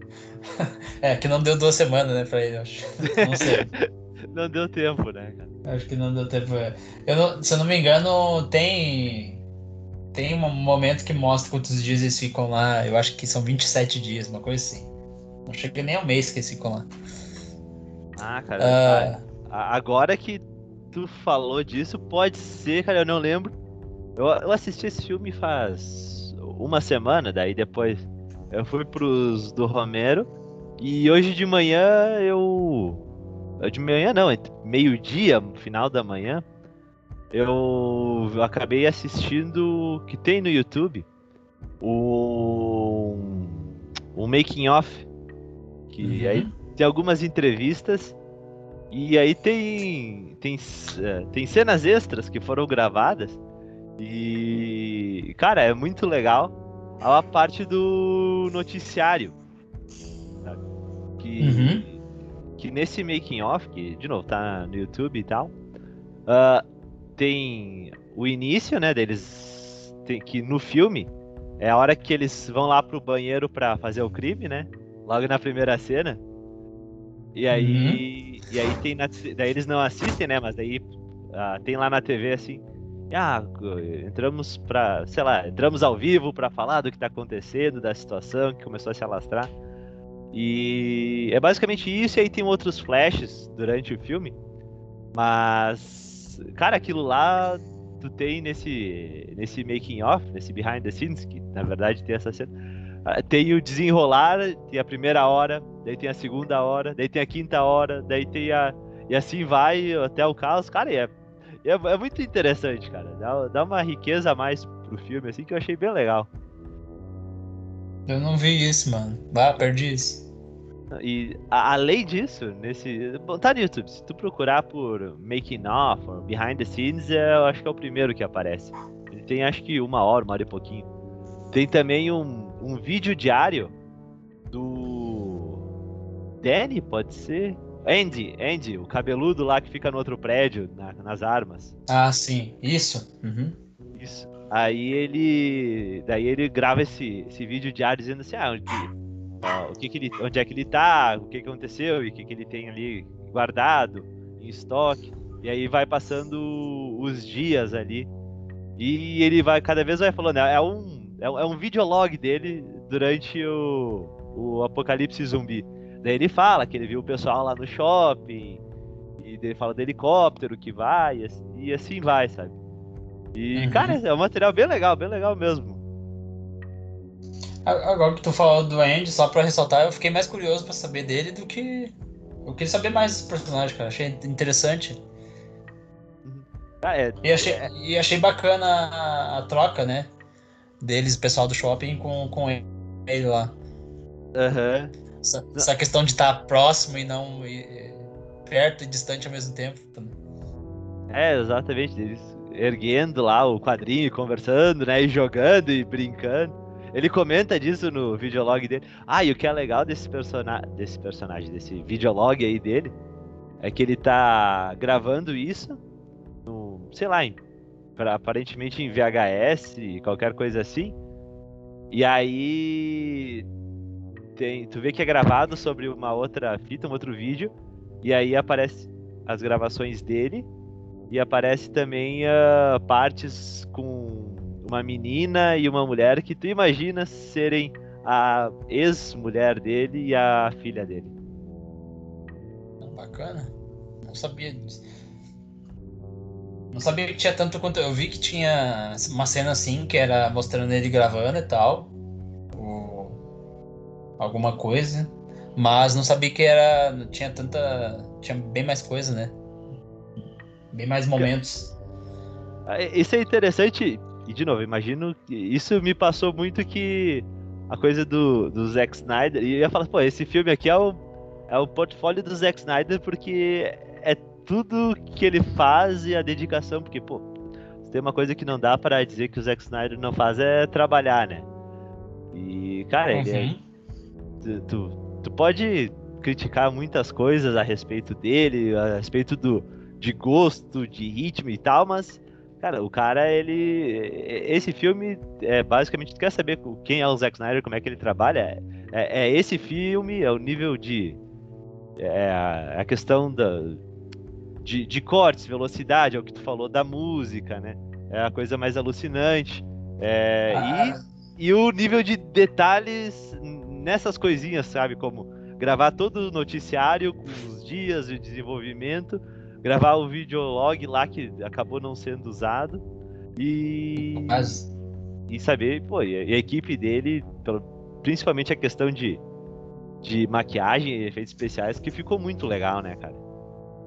É, que não deu duas semanas, né, pra ele, eu acho. Não sei. Não deu tempo, né, cara? Acho que não deu tempo. Eu não, se eu não me engano, tem... Tem um momento que mostra quantos dias eles ficam lá. Eu acho que são vinte e sete dias, uma coisa assim. Não chega nem um mês que eles ficam lá. Ah, cara. Uh... Agora que tu falou disso, pode ser, cara, eu não lembro. Eu, eu assisti esse filme faz uma semana, daí depois eu fui pros do Romero. E hoje de manhã eu De manhã não, entre meio-dia, final da manhã, eu acabei assistindo, que tem no YouTube, o, o making of, que aí Uhum. tem algumas entrevistas e aí tem, tem, eh, tem cenas extras que foram gravadas e, cara, é muito legal a parte do noticiário, sabe? Uhum. Que, que nesse making of, que de novo tá no YouTube e tal, ah, tem o início, né, deles, tem, que no filme é a hora que eles vão lá pro banheiro pra fazer o crime, né? Logo na primeira cena. E Uhum. aí, e aí tem na, daí eles não assistem, né? Mas daí ah, tem lá na T V assim, ah, entramos pra, sei lá, entramos ao vivo pra falar do que tá acontecendo, da situação que começou a se alastrar. E é basicamente isso, e aí tem outros flashes durante o filme, mas cara, aquilo lá tu tem nesse nesse making of, nesse behind the scenes, que na verdade tem essa cena. Ah, tem o desenrolar, tem a primeira hora, daí tem a segunda hora, daí tem a quinta hora, daí tem a. E assim vai até o caos, cara, e é, é, é muito interessante, cara. Dá, dá uma riqueza a mais pro filme, assim, que eu achei bem legal. Eu não vi isso, mano. Bah, perdi isso. E a- além disso, nesse. Bom, tá no YouTube, se tu procurar por Making Off ou Behind the Scenes, é, eu acho que é o primeiro que aparece. Ele tem acho que uma hora, uma hora e pouquinho. Tem também um, um vídeo diário do Danny, pode ser? Andy, Andy, o cabeludo lá que fica no outro prédio, na- nas armas. Ah, sim. Isso. Uhum. Isso. Aí ele, daí ele grava esse, esse vídeo diário dizendo assim, ah, onde que, ah, o que que ele, onde é que ele tá, o que que aconteceu e o que que ele tem ali guardado em estoque. E aí vai passando os dias ali e ele vai cada vez vai falando, é é um é um, é um videolog dele durante o, o apocalipse zumbi. Daí ele fala que ele viu o pessoal lá no shopping e ele fala do helicóptero que vai e assim, e assim vai, sabe? E cara, Uhum. é um material bem legal, bem legal mesmo. A- Agora que tu falou do Andy, só pra ressaltar, eu fiquei mais curioso pra saber dele do que. Eu queria saber mais desse personagem, cara. Achei interessante. Uhum. Ah, é, E achei, é, e achei bacana a, a troca, né? Deles, o pessoal do shopping, com, com ele lá. aham. Essa, Não, essa questão de estar próximo e não e- perto e distante ao mesmo tempo. é, exatamente, eles erguendo lá o quadrinho, e conversando, né, e jogando e brincando. Ele comenta disso no videolog dele. Ah, e o que é legal desse persona desse personagem, desse videolog aí dele, é que ele tá gravando isso, no, sei lá, em, pra- aparentemente em V H S, qualquer coisa assim. E aí tem, tu vê que é gravado sobre uma outra fita, um outro vídeo, e aí aparece as gravações dele e aparece também ah, partes com uma menina e uma mulher que tu imagina serem a ex-mulher dele e a filha dele. Bacana. Não sabia disso. Não sabia que tinha tanto quanto. Eu vi que tinha uma cena assim, que era mostrando ele gravando e tal. Ou alguma coisa. Mas não sabia que era. Tinha tanta. Tinha bem mais coisa, né? Bem mais momentos. Ah, isso é interessante, e de novo, imagino que isso me passou muito que a coisa do, do Zack Snyder, e eu ia falar, pô, esse filme aqui é o, é o portfólio do Zack Snyder porque é tudo que ele faz e a dedicação, porque, pô, se tem uma coisa que não dá para dizer que o Zack Snyder não faz é trabalhar, né? E, cara, ele é, Uhum. tu, tu, tu pode criticar muitas coisas a respeito dele, a respeito do, de gosto, de ritmo e tal, mas, cara, o cara, ele. Esse filme, é basicamente, tu quer saber quem é o Zack Snyder, como é que ele trabalha? É, é esse filme, é o nível de. É a, a questão da, de, de cortes, velocidade, é o que tu falou da música, né? É a coisa mais alucinante. É, e, Ah, e o nível de detalhes nessas coisinhas, sabe? Como gravar todo o noticiário com os dias de desenvolvimento, gravar o videolog lá que acabou não sendo usado e, mas, e saber, pô, e a, e a equipe dele, pelo, principalmente a questão de, de maquiagem e efeitos especiais, que ficou muito legal, né, cara?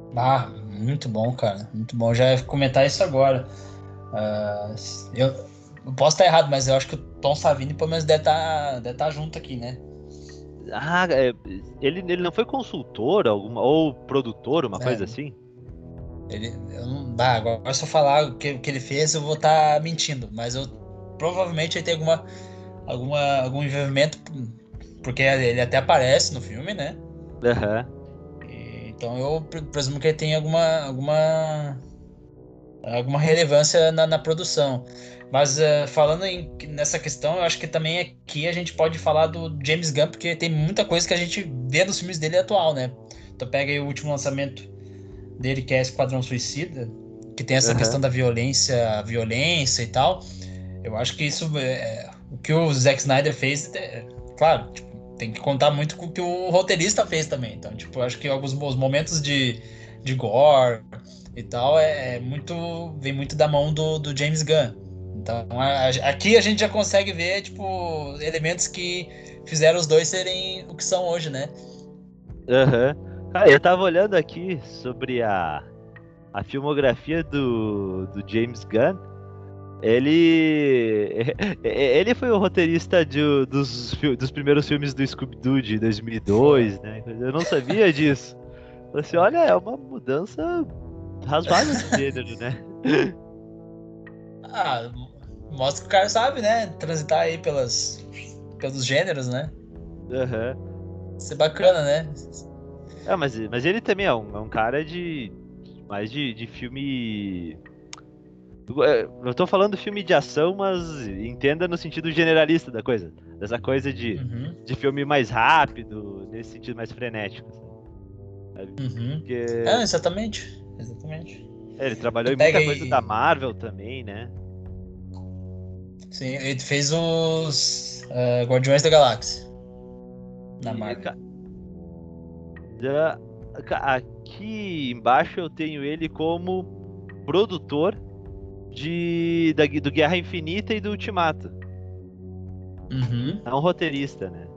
Ah, muito bom, cara. Muito bom. Já ia comentar isso agora. Ah, eu, eu posso estar errado, mas eu acho que o Tom Savini pelo menos deve estar deve tá junto aqui, né? Ah, é, ele, ele não foi consultor alguma, ou produtor, uma É, coisa assim? ele, eu não, bah, agora se eu falar o que, o que ele fez, eu vou estar mentindo, mas eu provavelmente ele tem alguma, alguma, algum envolvimento, porque ele até aparece no filme, né? Aham, E, então eu pre- presumo que ele tem alguma, alguma, alguma relevância na, na produção. Mas eh, falando em- nessa questão, eu acho que também aqui a gente pode falar do James Gunn, porque tem muita coisa que a gente vê nos filmes dele atual, né? Então pega aí o último lançamento dele, que é Esquadrão Suicida, que tem essa questão aham, da violência, violência e tal. Eu acho que isso é o que o Zack Snyder fez, é, claro, tipo, tem que contar muito com o que o roteirista fez também. Então, tipo, eu acho que alguns os momentos de, de gore e tal é, é muito vem muito da mão do, do James Gunn. Então, a- a- aqui a gente já consegue ver, tipo, elementos que fizeram os dois serem o que são hoje, né? aham. Cara, eu tava olhando aqui sobre a, a filmografia do, do James Gunn. Ele. Ele foi o roteirista de- dos, fi- dos primeiros filmes do Scooby-Doo de Foi. dois mil e dois, né? Eu não sabia disso. Falei assim, olha, é uma mudança razoável de gênero, né? Ah, mostra que o cara sabe, né? Transitar aí pelas, pelos gêneros, né? Aham. Isso é bacana, né? Ah, mas, mas ele também é um, é um cara de. Mais de, de filme. É, eu tô falando filme de ação, mas entenda no sentido generalista da coisa. Dessa coisa de, Uhum, de filme mais rápido, nesse sentido mais frenético, sabe? uhum. É, Porque exatamente. Exatamente. é, ele trabalhou Tu em pega muita coisa da aí. Marvel também, né? Sim, ele fez os eh, Guardiões da Galáxia na E, Marvel. ca- da- ca- aqui embaixo eu tenho ele como produtor de, da, do Guerra Infinita e do Ultimato. Uhum. É um roteirista, né?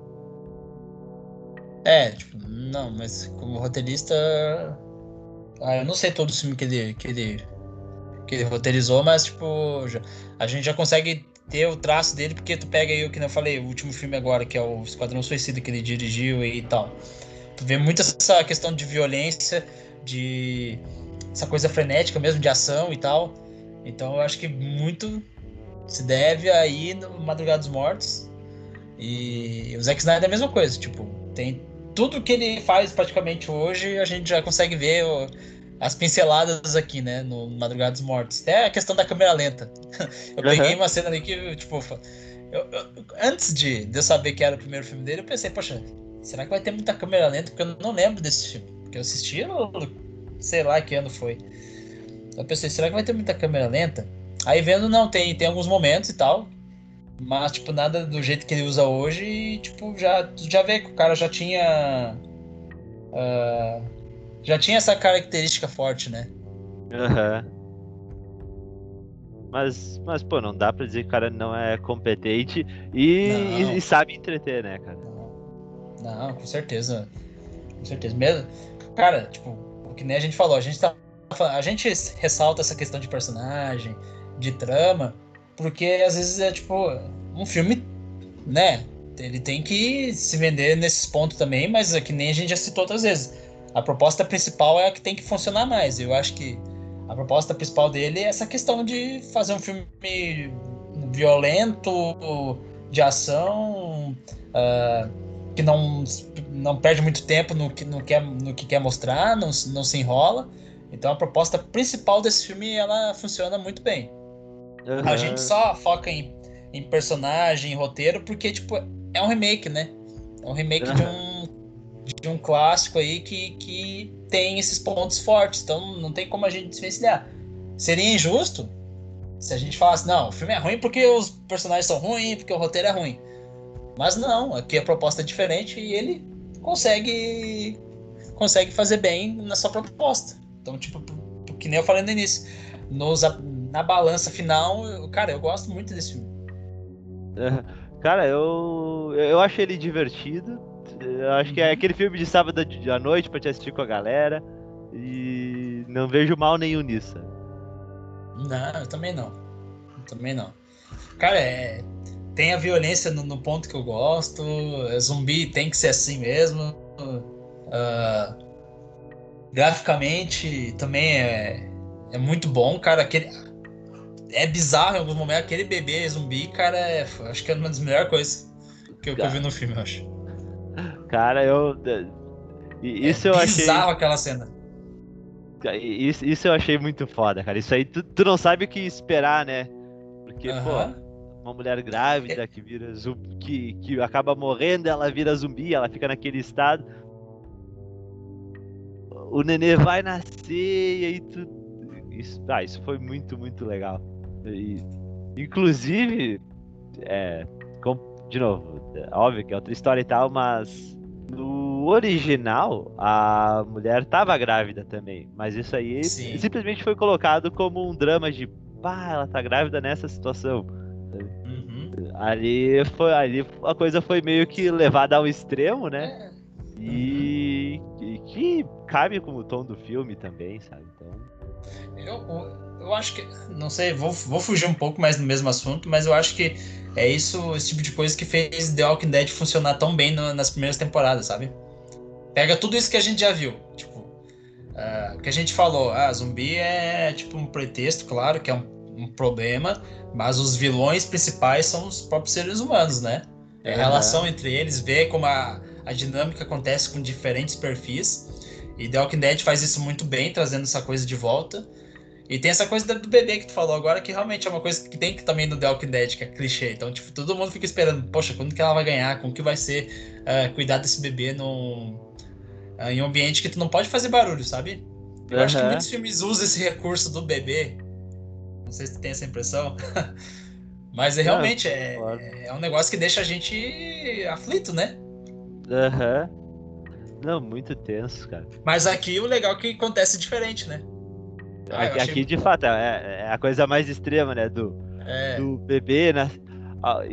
É, tipo, não, mas como roteirista. Ah, eu não sei todo o filme que ele, que ele, que ele roteirizou, mas, tipo, já- a gente já consegue ter o traço dele, porque tu pega aí o que eu falei, o último filme agora, que é o Esquadrão Suicida, que ele dirigiu e tal. Tu vê muito essa questão de violência, de essa coisa frenética mesmo, de ação e tal. Então eu acho que muito se deve aí no Madrugada dos Mortos. E o Zack Snyder é a mesma coisa, tipo, tem tudo que ele faz praticamente hoje, a gente já consegue ver o- as pinceladas aqui, né, no Madrugada dos Mortos. Até a questão da câmera lenta. Eu peguei Aham. uma cena ali que, tipo, eu- eu- antes de, de eu saber que era o primeiro filme dele, eu pensei, poxa, será que vai ter muita câmera lenta? Porque eu não lembro desse filme. Porque eu assisti, no- sei lá que ano foi. Eu pensei, será que vai ter muita câmera lenta? Aí vendo, não, tem, tem alguns momentos e tal, mas, tipo, nada do jeito que ele usa hoje e, tipo, já, tu já vê que o cara já tinha, já tinha essa característica forte, né? Aham. Mas, mas, pô, não dá pra dizer que o cara não é competente e, e- e Não, sabe entreter, né, cara? não, não, com certeza, com certeza. Mesmo, cara, tipo, o que nem a gente falou, a gente tá, a gente ressalta essa questão de personagem, de trama, porque às vezes é, tipo, um filme, né? Ele tem que se vender nesses pontos também, mas é que nem a gente já citou outras vezes. A proposta principal é a que tem que funcionar mais. Eu acho que a proposta principal dele é essa questão de fazer um filme violento, de ação, ah, que não, não perde muito tempo no que, no, quer, no que quer mostrar, não, não se enrola. Então a proposta principal desse filme ela funciona muito bem. A gente Aham. só foca em, em personagem, em roteiro, porque, tipo, é um remake, né? É um remake de Aham. um, de um clássico aí que, que tem esses pontos fortes, então não tem como a gente desvencilhar. Seria injusto se a gente falasse, não, o filme é ruim porque os personagens são ruins, porque o roteiro é ruim. Mas não, aqui a proposta é diferente e ele consegue consegue fazer bem na sua proposta. Então, tipo, que nem eu falei no início, nos, na balança final, eu, cara, eu gosto muito desse filme. Aham. Cara, eu, eu acho ele divertido. Eu acho que é Uhum. aquele filme de sábado de- à noite pra te assistir com a galera. E não vejo mal nenhum nisso. Não, eu também não. Eu também não. Cara, é... tem a violência no, no ponto que eu gosto. É, zumbi tem que ser assim mesmo. Uh, graficamente também é, é muito bom, cara. Aquele, é bizarro em alguns momentos. Aquele bebê zumbi, cara, é, acho que é uma das melhores coisas que eu, que eu vi no filme, eu acho. Cara, eu. Isso é eu achei. Bizarro aquela cena. Isso, isso eu achei muito foda, cara. Isso aí tu, tu não sabe o que esperar, né? Porque, uh-huh. pô, uma mulher grávida que vira zumbi, que, que acaba morrendo, ela vira zumbi, ela fica naquele estado. O nenê vai nascer e aí tu. Isso, ah, isso foi muito, muito legal. E, inclusive, é, com, de novo, é óbvio que é outra história e tal, mas no original a mulher tava grávida também. Mas isso aí Sim. simplesmente foi colocado como um drama de pá, ela tá grávida nessa situação. Uhum. Ali foi, ali a coisa foi meio que levada ao extremo, né? É. E, e que cabe com o tom do filme também, sabe? Então. Eu, eu acho que, não sei, vou, vou fugir um pouco mais no mesmo assunto, mas eu acho que é isso, esse tipo de coisa que fez The Walking Dead funcionar tão bem no, nas primeiras temporadas, sabe? Pega tudo isso que a gente já viu, tipo, uh, que a gente falou, ah, zumbi é tipo um pretexto, claro, que é um, um problema, mas os vilões principais são os próprios seres humanos, né? É a relação Uhum. entre eles, ver como a, a dinâmica acontece com diferentes perfis, e The Walking Dead faz isso muito bem, trazendo essa coisa de volta. E tem essa coisa do bebê que tu falou agora, que realmente é uma coisa que tem que também no The Walking Dead, que é clichê. Então, tipo, todo mundo fica esperando, poxa, quando que ela vai ganhar? Como que vai ser uh, cuidar desse bebê num, uh, em um ambiente que tu não pode fazer barulho, sabe? Eu acho que Uhum. muitos filmes usam esse recurso do bebê. Não sei se tu tem essa impressão. Mas é, realmente Não, é, claro. é um negócio que deixa a gente aflito, né? Aham. Não, muito tenso, cara. Mas aqui o legal é que acontece diferente, né? Ah, eu Aqui, achei aqui, de muito... fato, é, é a coisa mais extrema, né? Do, É. do bebê, né? Ah,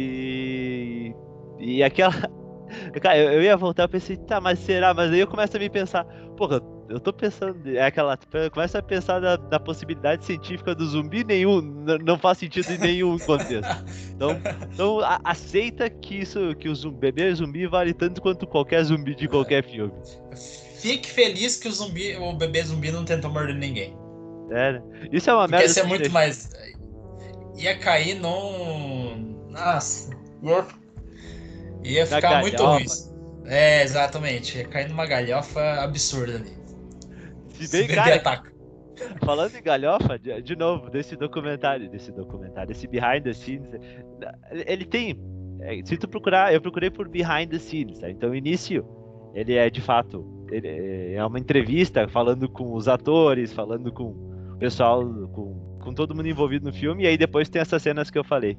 E. E aquela. Cara, eu, eu ia voltar, eu pensei, tá, mas será? Mas aí eu começo a me pensar, porra, eu tô pensando, é aquela, começa a pensar da, da possibilidade científica do zumbi, nenhum, n- não faz sentido em nenhum contexto. Então, então a- aceita que isso, que o zumbi, bebê zumbi vale tanto quanto qualquer zumbi de qualquer filme. Fique feliz que o zumbi, o bebê zumbi não tentou morder ninguém. É, né? Isso é uma Porque ia merda ser se muito deixar. mais. Ia cair num. Nossa. Ia, ia Na ficar muito ruim. galhofa. É, exatamente. Ia cair numa galhofa absurda ali. Se Se o bem, bebê cara, ataca. falando em galhofa, de, de novo, desse documentário, desse documentário, desse behind the scenes, ele tem, é, se tu procurar, eu procurei por behind the scenes, tá? Então o início, ele é de fato, ele é uma entrevista falando com os atores, falando com o pessoal, com, com todo mundo envolvido no filme, e aí depois tem essas cenas que eu falei.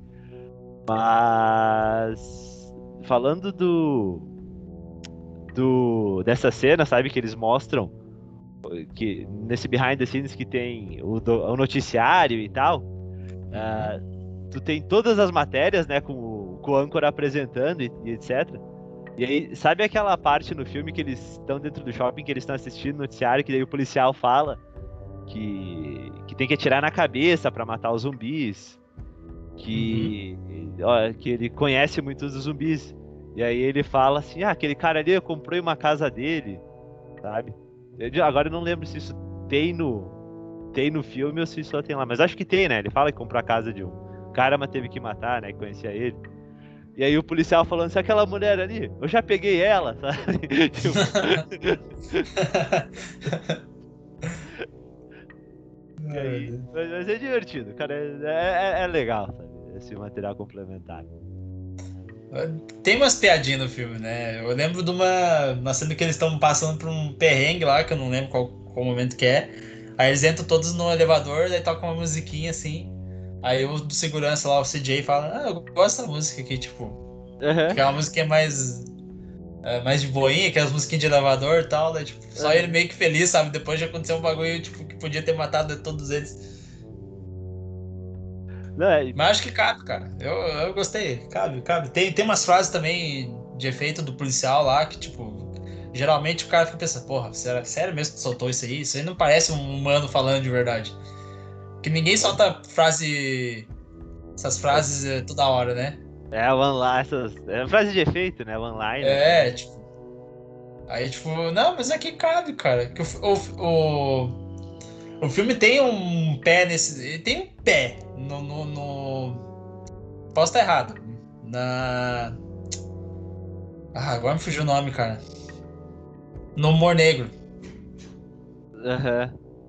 Mas falando do, do dessa cena, sabe, que eles mostram que nesse behind the scenes que tem o, do, o noticiário e tal, uhum. uh, tu tem todas as matérias, né, com o, com o âncora apresentando e, e etcétera. E aí, sabe aquela parte no filme que eles estão dentro do shopping, que eles estão assistindo o noticiário, que daí o policial fala que, que tem que atirar na cabeça pra matar os zumbis, que, uhum. ó, que ele conhece muitos dos zumbis. E aí ele fala assim, ah, aquele cara ali, eu comprei uma casa dele, sabe? Eu, agora eu não lembro se isso tem no, tem no filme ou se só tem lá, mas acho que tem, né? Ele fala que comprou a casa de um cara, mas teve que matar, né? Que conhecia ele. E aí o policial falando, se aquela mulher ali, eu já peguei ela, sabe? Tipo... aí, mas, mas é divertido, cara, é, é, é legal, sabe? Esse material complementar. Tem umas piadinhas no filme, né? Eu lembro de uma, uma cena que eles estão passando por um perrengue lá, que eu não lembro qual, qual momento que é. Aí eles entram todos no elevador, daí toca uma musiquinha assim. Aí o do segurança lá, o C J, fala, ah, eu gosto da música aqui, tipo. Uhum. Que é uma musiquinha mais. É, mais de boinha, que é as musiquinhas de elevador e tal, né? Tipo, só uhum. Ele meio que feliz, sabe? Depois de acontecer um bagulho, tipo, que podia ter matado todos eles. Não, é... Mas acho que cabe, cara. Eu, eu gostei. Cabe, cabe. Tem, tem umas frases também de efeito do policial lá que, tipo, geralmente o cara fica pensando, porra, sério, sério mesmo que soltou isso aí? Isso aí não parece um humano falando de verdade. Que ninguém solta frase. Essas frases é, toda hora, né? É, one-line, essas. É frase de efeito, né? One-liner. É, tipo. Aí, tipo, não, mas aqui cabe, cara. Que o, o, o, o filme tem um pé nesse. Ele tem um pé no. no, no... Posso estar errado. Na. Ah, agora me fugiu o nome, cara. No humor negro. Aham.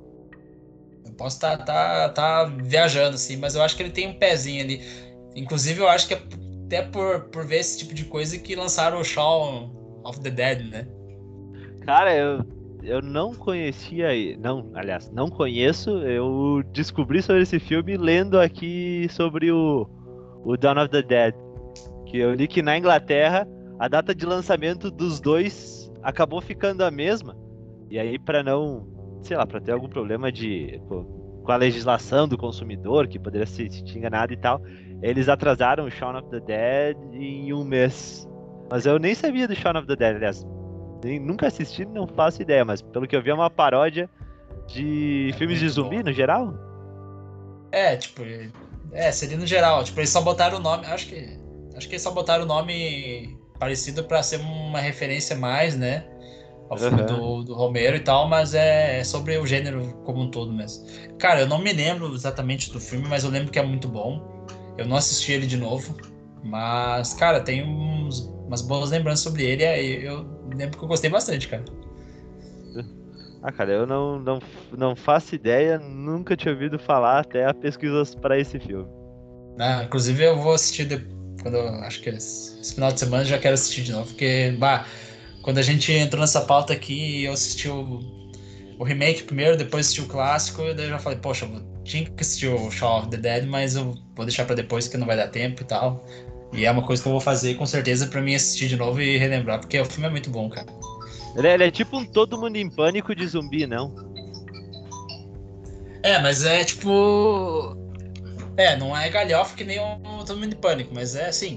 Eu posso estar tá, tá, tá viajando, assim, mas eu acho que ele tem um pezinho ali. Inclusive, eu acho que é até por, por ver esse tipo de coisa que lançaram o Shaun of the Dead, né? Cara, eu, eu não conhecia. Não, aliás, não conheço. Eu descobri sobre esse filme lendo aqui sobre o, o Dawn of the Dead. Que eu li que na Inglaterra a data de lançamento dos dois acabou ficando a mesma. E aí, pra não, sei lá, pra ter algum problema de com com a legislação do consumidor, que poderia se se tinha enganado e tal, eles atrasaram o Shaun of the Dead em um mês. Mas eu nem sabia do Shaun of the Dead, aliás. Nem- nunca assisti, não faço ideia, mas pelo que eu vi é uma paródia de É filmes de muito zumbi bom. no geral. É, tipo, é, seria no geral. Tipo, eles só botaram o nome. Acho que. Acho que eles só botaram o nome parecido pra ser uma referência mais, né? Ao filme Aham. do, do Romero e tal, mas é, é sobre o gênero como um todo mesmo. Cara, eu não me lembro exatamente do filme, mas eu lembro que é muito bom. Eu não assisti ele de novo, mas, cara, tem uns, umas boas lembranças sobre ele. E eu lembro que eu gostei bastante, cara. Ah, cara, eu não, não, não faço ideia, nunca tinha ouvido falar até a pesquisa para esse filme. Ah, inclusive, eu vou assistir de- quando eu, acho que esse esse final de semana eu já quero assistir de novo, porque, bah, quando a gente entrou nessa pauta aqui, eu assisti o, o remake primeiro, depois assisti o clássico, e daí eu já falei, poxa, eu tinha que assistir o Shaun of the Dead, mas eu vou deixar pra depois, que não vai dar tempo e tal. E é uma coisa que eu vou fazer com certeza pra mim assistir de novo e relembrar, porque o filme é muito bom, cara. Ele, é- ele é tipo um Todo Mundo em Pânico de zumbi, não? É, mas é tipo. É, não é galhofa que nem o Todo Mundo em Pânico, mas é assim.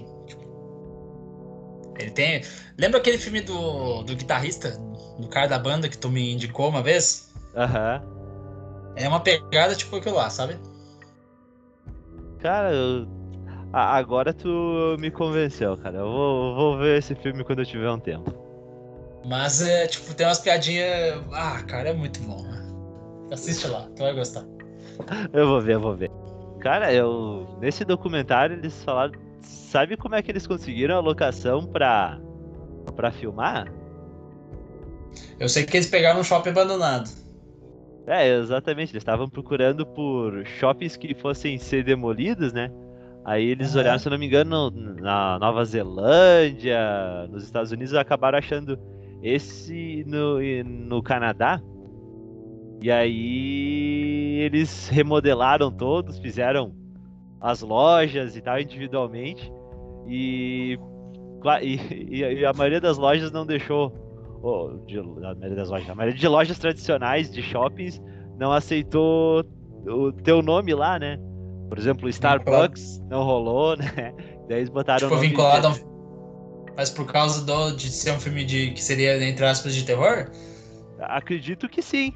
Ele tem. Lembra aquele filme do, do guitarrista, do cara da banda que tu me indicou uma vez? Aham. É uma pegada tipo aquilo lá, sabe? Cara, eu- a- agora tu me convenceu, cara. Eu vou, vou ver esse filme quando eu tiver um tempo. Mas é tipo, tem umas piadinhas. Ah, cara, é muito bom, né? Assiste lá, tu vai gostar. Eu vou ver, eu vou ver. Cara, eu nesse documentário eles falaram, sabe como é que eles conseguiram a locação pra para filmar? Eu sei que eles pegaram um shopping abandonado. É, exatamente, eles estavam procurando por shoppings que fossem ser demolidos, né? Aí eles olharam, Aham. se eu não me engano, na Nova Zelândia, nos Estados Unidos, e acabaram achando esse no, no Canadá. E aí eles remodelaram todos, fizeram as lojas e tal individualmente. E, cla- e, e- e a maioria das lojas não deixou. Ou, de- a maioria das lojas, a maioria de lojas tradicionais de shoppings não aceitou o teu nome lá, né? Por exemplo, o Vinculado. Starbucks não rolou, né? Daí eles botaram o Tipo, nome vinculado de. a um... Mas por causa do, de ser um filme de que seria, entre aspas, de terror? Acredito que sim.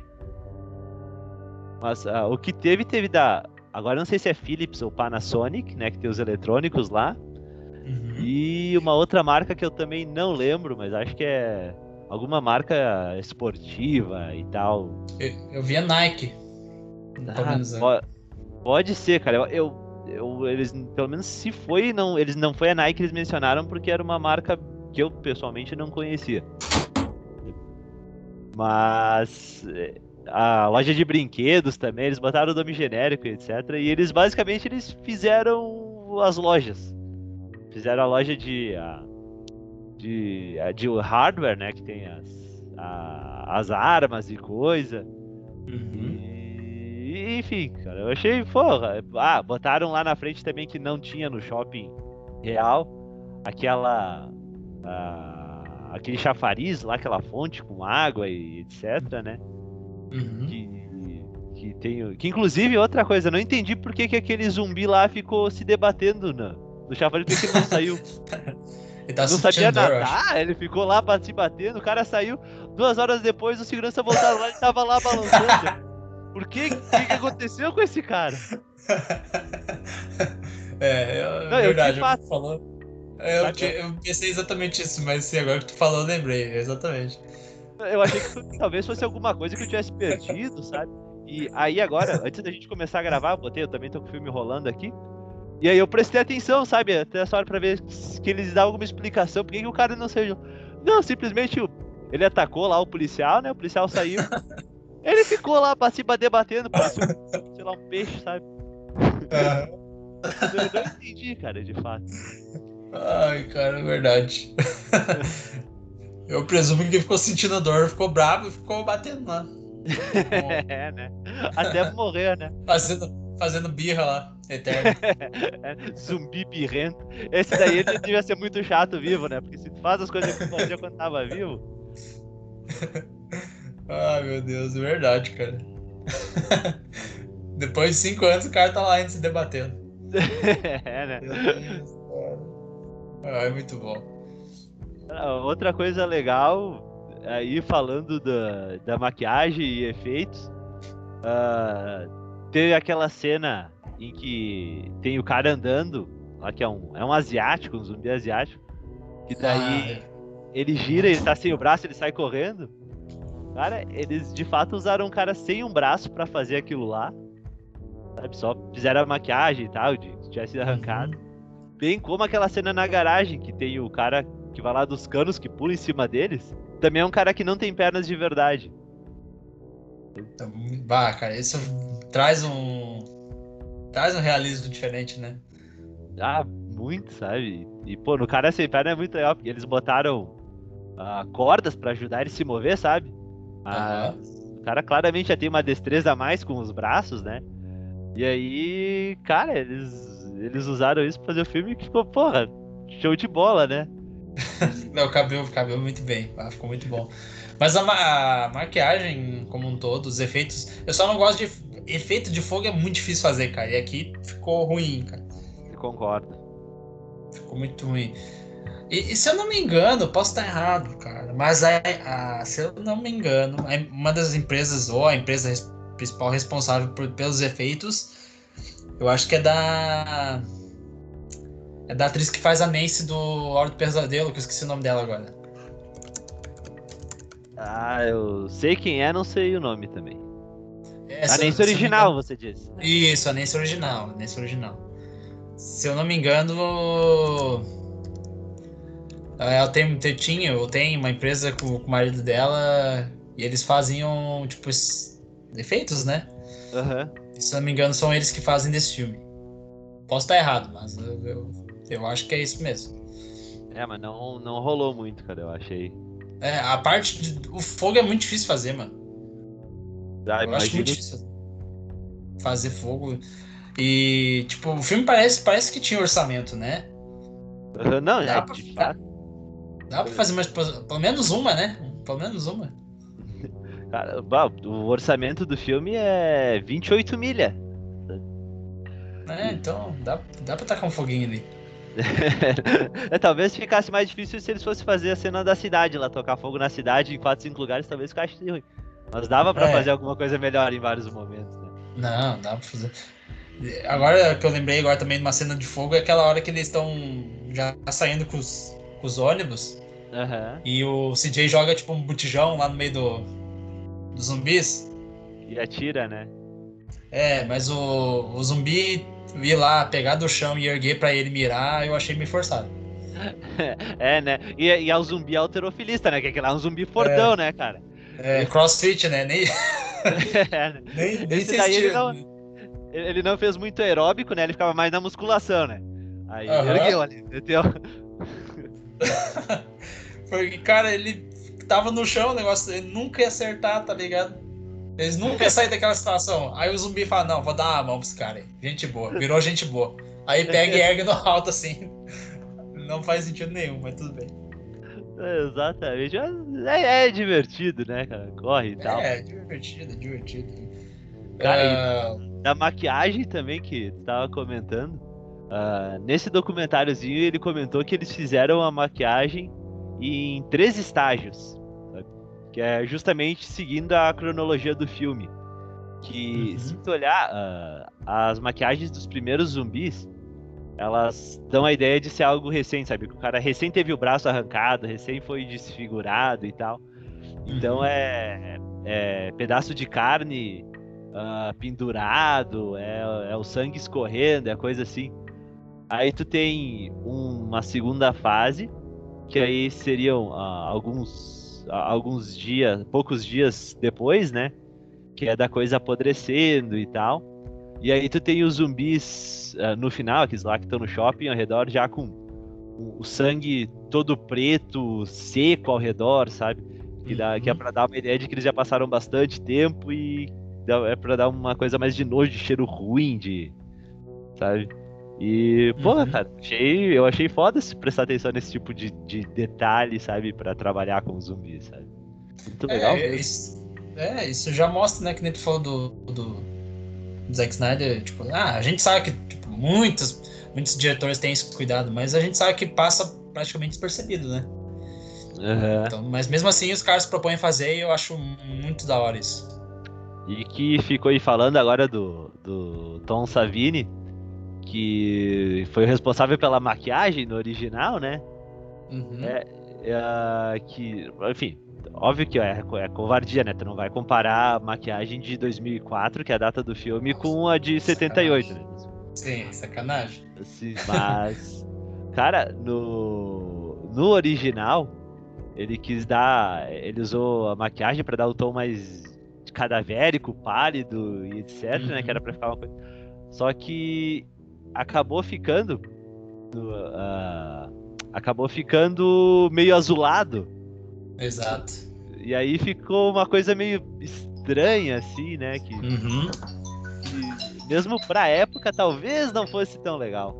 Mas ah, o que teve, teve da. Agora eu não sei se é Philips ou Panasonic, né? Que tem os eletrônicos lá. Uhum. E uma outra marca que eu também não lembro, mas acho que é alguma marca esportiva e tal. Eu, eu vi a Nike, pelo Ah, menos. É. po- pode ser, cara. Eu, eu, eu- eles, pelo menos se foi, não, eles não foi a Nike que eles mencionaram porque era uma marca que eu pessoalmente não conhecia. Mas eh, a loja de brinquedos também, eles botaram o nome genérico, etcétera. E eles basicamente eles fizeram as lojas. Fizeram a loja de, a- de, a- de hardware, né? Que tem as, a- as armas e coisa. Uhum. E, enfim, cara, eu achei, porra. Ah, botaram lá na frente também que não tinha no shopping real aquela. ah, aquele chafariz lá, aquela fonte com água e etcétera, né? Uhum. Que, que tem. o- Que inclusive, outra coisa, eu não entendi por que, que aquele zumbi lá ficou se debatendo no, no chafariz, por que que ele não saiu? Ele tá Não sabia sentindo dor, eu acho. nadar, ele ficou lá pra se batendo, o cara saiu, duas horas depois o segurança voltaram lá e tava lá balançando. Por que? O que, que aconteceu com esse cara? É, eu, Não, eu verdade, de eu fato. falou. Eu, Sabe? te- eu pensei exatamente isso, mas sim, agora que tu falou, eu lembrei, exatamente. Eu achei que fo- talvez fosse alguma coisa que eu tivesse perdido, sabe? E aí agora, antes da gente começar a gravar, eu botei, eu também tô com o filme rolando aqui. E aí eu prestei atenção, sabe? Até essa hora pra ver que eles davam alguma explicação, por que que o cara não saiu. Não, simplesmente o- ele atacou lá o policial, né? O policial saiu. Ele ficou lá pra se debatendo, parecia um, sei lá, um peixe, sabe? Ah, Eu não entendi, cara, de fato. Ai, cara, é verdade. Eu presumo que ele ficou sentindo a dor, ficou bravo e ficou batendo lá. É, né? Até morrer, né? Fazendo, fazendo birra lá, eterno. É, zumbi birrento. Esse daí ele devia ser muito chato vivo, né? Porque se tu faz as coisas que tu fazia quando tava vivo. Ai, meu Deus, é verdade, cara. Depois de cinco anos o cara tá lá ainda se debatendo. É, né? Meu Deus, cara. Ah, é muito bom. Ah, outra coisa legal, aí falando da, da maquiagem e efeitos, ah, teve aquela cena em que tem o cara andando, lá que é um, é um asiático, um zumbi asiático, que daí ele gira, ele tá sem o braço, ele sai correndo. Cara, eles de fato usaram um cara sem um braço pra fazer aquilo lá, sabe? Só fizeram a maquiagem e tal, de que tivesse sido arrancado. Bem como aquela cena na garagem, que tem o cara que vai lá dos canos, que pula em cima deles. Também é um cara que não tem pernas de verdade. Então, bah, cara, isso traz um. Traz um realismo diferente, né? Ah, muito, sabe? E, pô, no cara sem perna é muito legal, porque eles botaram ah, cordas pra ajudar ele a se mover, sabe? Mas Aham. o cara claramente já tem uma destreza a mais com os braços, né? E aí, cara, eles, eles usaram isso pra fazer o filme que ficou, porra, show de bola, né? Não, cabelo, cabelo muito bem, ah, ficou muito bom. Mas a, ma- a maquiagem como um todo, os efeitos. Eu só não gosto de. Efeito de fogo é muito difícil fazer, cara. E aqui ficou ruim, cara. Eu concordo. Ficou muito ruim. E, e se eu não me engano, posso estar errado, cara. Mas a, a- se eu não me engano, a- uma das empresas, ou a empresa res- principal responsável por- pelos efeitos, eu acho que é da. É da atriz que faz a Nancy do Hora do Pesadelo, que eu esqueci o nome dela agora. Ah, eu sei quem é, não sei o nome também. É, A se eu- Nancy se eu não me original, engano- você disse. Isso, a Nancy original, a Nancy original. Se eu não me engano, ela tem, tem- tinha ou tem uma empresa com, com o marido dela e eles faziam, tipo, es- efeitos, né? Aham. E, se eu não me engano, são eles que fazem desse filme. Posso estar errado, mas eu, eu, eu acho que é isso mesmo. É, mas não, não rolou muito, cara, eu achei. É, a parte de, o fogo é muito difícil fazer, mano. Ah, Eu acho muito imagino. difícil fazer fogo. E, tipo, o filme parece, parece que tinha orçamento, né? Aham, não, Dá é pra, de dá, fato. dá pra fazer mais, pelo menos uma, né? Pelo menos uma. Cara, bah, o orçamento do filme é vinte e oito milha. É, então dá, dá pra tacar um foguinho ali. É, talvez ficasse mais difícil se eles fossem fazer a cena da cidade lá, tocar fogo na cidade em quatro, cinco lugares, talvez ficasse ruim. Mas dava pra É. fazer alguma coisa melhor em vários momentos, né? Não, dá pra fazer. Agora que eu lembrei agora também de uma cena de fogo é aquela hora que eles estão já saindo com os, com os ônibus Aham. e o C J joga tipo um botijão lá no meio do, dos zumbis. E atira, né? É, mas o, o zumbi ir lá pegar do chão e erguer pra ele mirar, eu achei meio forçado. É, né? E, e é o zumbi alterofilista, né? Que aquele lá é um zumbi fortão, né, cara? É, crossfit, né? Nem, É, né? nem, nem Esse sei daí se ele tinha- não, ele não fez muito aeróbico, né? Ele ficava mais na musculação, né? Aí ele Aham. ergueu ali, entendeu? Porque, cara, ele tava no chão, o negócio, ele nunca ia acertar, tá ligado? Eles nunca iam sair daquela situação. Aí o zumbi fala, não, vou dar uma mão pros caras aí. Gente boa, virou gente boa. Aí pega e ergue no alto assim. Não faz sentido nenhum, mas tudo bem. É, exatamente. Mas É, é divertido, né, cara? Corre e tal. É, divertido, divertido. Cara, e Ah, da maquiagem também que tu tava comentando. Uh, nesse documentáriozinho ele comentou que eles fizeram a maquiagem em três estágios, sabe? Que é justamente seguindo a cronologia do filme. Que, uhum. se tu olhar, uh, as maquiagens dos primeiros zumbis, elas dão a ideia de ser algo recente, sabe? Que o cara recém teve o braço arrancado, recém foi desfigurado e tal. Então uhum. é, é pedaço de carne uh, pendurado, é, é o sangue escorrendo, é coisa assim. Aí tu tem uma segunda fase, que aí seriam uh, alguns, uh, alguns dias, poucos dias depois, né? Que é da coisa apodrecendo e tal. E aí tu tem os zumbis uh, no final, aqueles lá que estão no shopping ao redor, já com o, o sangue todo preto, seco ao redor, sabe? Que, dá, uhum. que é pra dar uma ideia de que eles já passaram bastante tempo e dá, é pra dar uma coisa mais de nojo, de cheiro ruim, de... sabe? E, pô, uhum. cara, achei, eu achei foda se prestar atenção nesse tipo de, de detalhe, sabe? Pra trabalhar com zumbis, sabe? Muito legal. É, isso, é, isso já mostra, né, que nem tu falou do, do Zack Snyder, tipo, ah, a gente sabe que tipo, muitos, muitos diretores têm esse cuidado, mas a gente sabe que passa praticamente despercebido, né? Uhum. Então, mas mesmo assim os caras se propõem a fazer e eu acho muito da hora isso. E que ficou aí falando agora do, do Tom Savini, que foi o responsável pela maquiagem no original, né? Uhum. É, é, que, enfim, óbvio que é, é covardia, né? Tu não vai comparar a maquiagem de dois mil e quatro, que é a data do filme, com a de setenta e oito, né? Sim, sacanagem. Sim, mas, cara, no, no original, ele quis dar, ele usou a maquiagem pra dar o tom mais cadavérico, pálido e etc, uhum. né? Que era pra ficar uma coisa... Só que acabou ficando uh, acabou ficando meio azulado. Exato. E aí ficou uma coisa meio estranha assim, né, que, uhum. que mesmo pra época talvez não fosse tão legal.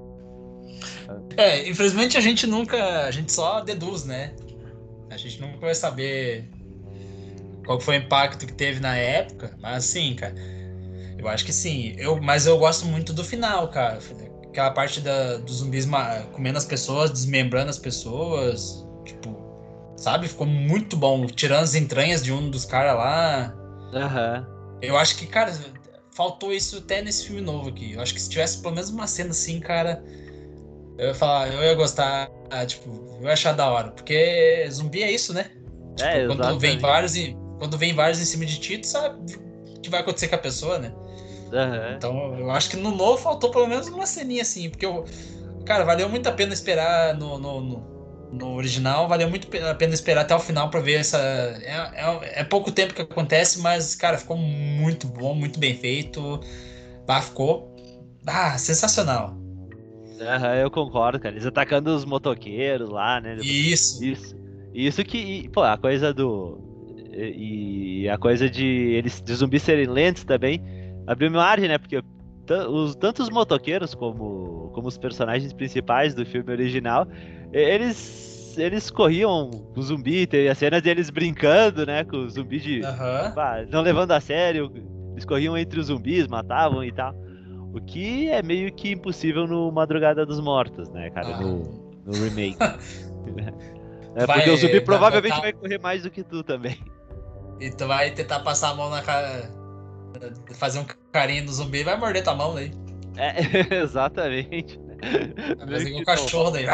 É, infelizmente a gente nunca, a gente só deduz, né? A gente nunca vai saber qual foi o impacto que teve na época, mas assim, cara, eu acho que sim. Eu, mas eu gosto muito do final, cara. Aquela parte da, dos zumbis comendo as pessoas, desmembrando as pessoas. Tipo, sabe? Ficou muito bom. Tirando as entranhas de um dos caras lá. Aham. Uhum. Eu acho que, cara, faltou isso até nesse filme novo aqui. Eu acho que se tivesse pelo menos uma cena assim, cara, eu ia falar, eu ia gostar, tipo, eu ia achar da hora. Porque zumbi é isso, né? Tipo, É, quando vem vários e quando vem vários em cima de ti, tu sabe o que vai acontecer com a pessoa, né? Uhum. Então, eu acho que no novo faltou pelo menos uma ceninha assim, porque eu, cara, valeu muito a pena esperar no, no, no, no original, valeu muito a pena esperar até o final pra ver essa. É, é, é pouco tempo que acontece, mas, cara, ficou muito bom, muito bem feito. Ah, ficou ah, sensacional. Uhum, eu concordo, cara. Eles atacando os motoqueiros lá, né? Isso. Isso. Isso que, pô, a coisa do. E a coisa de eles de zumbis serem lentos também abriu minha margem, né? Porque os, tanto os motoqueiros como, como os personagens principais do filme original, eles, eles corriam com o zumbi, tem as cenas deles brincando, né? Com o zumbi de. Uhum. Pá, não levando a sério, eles corriam entre os zumbis, matavam e tal. O que é meio que impossível no Madrugada dos Mortos, né, cara? Ah. No, no remake. É, vai, porque o zumbi provavelmente botar... vai correr mais do que tu também. E tu vai tentar passar a mão na cara, fazer um carinho no zumbi e vai morder tua mão daí. É, exatamente. Vai fazer igual o cachorro daí.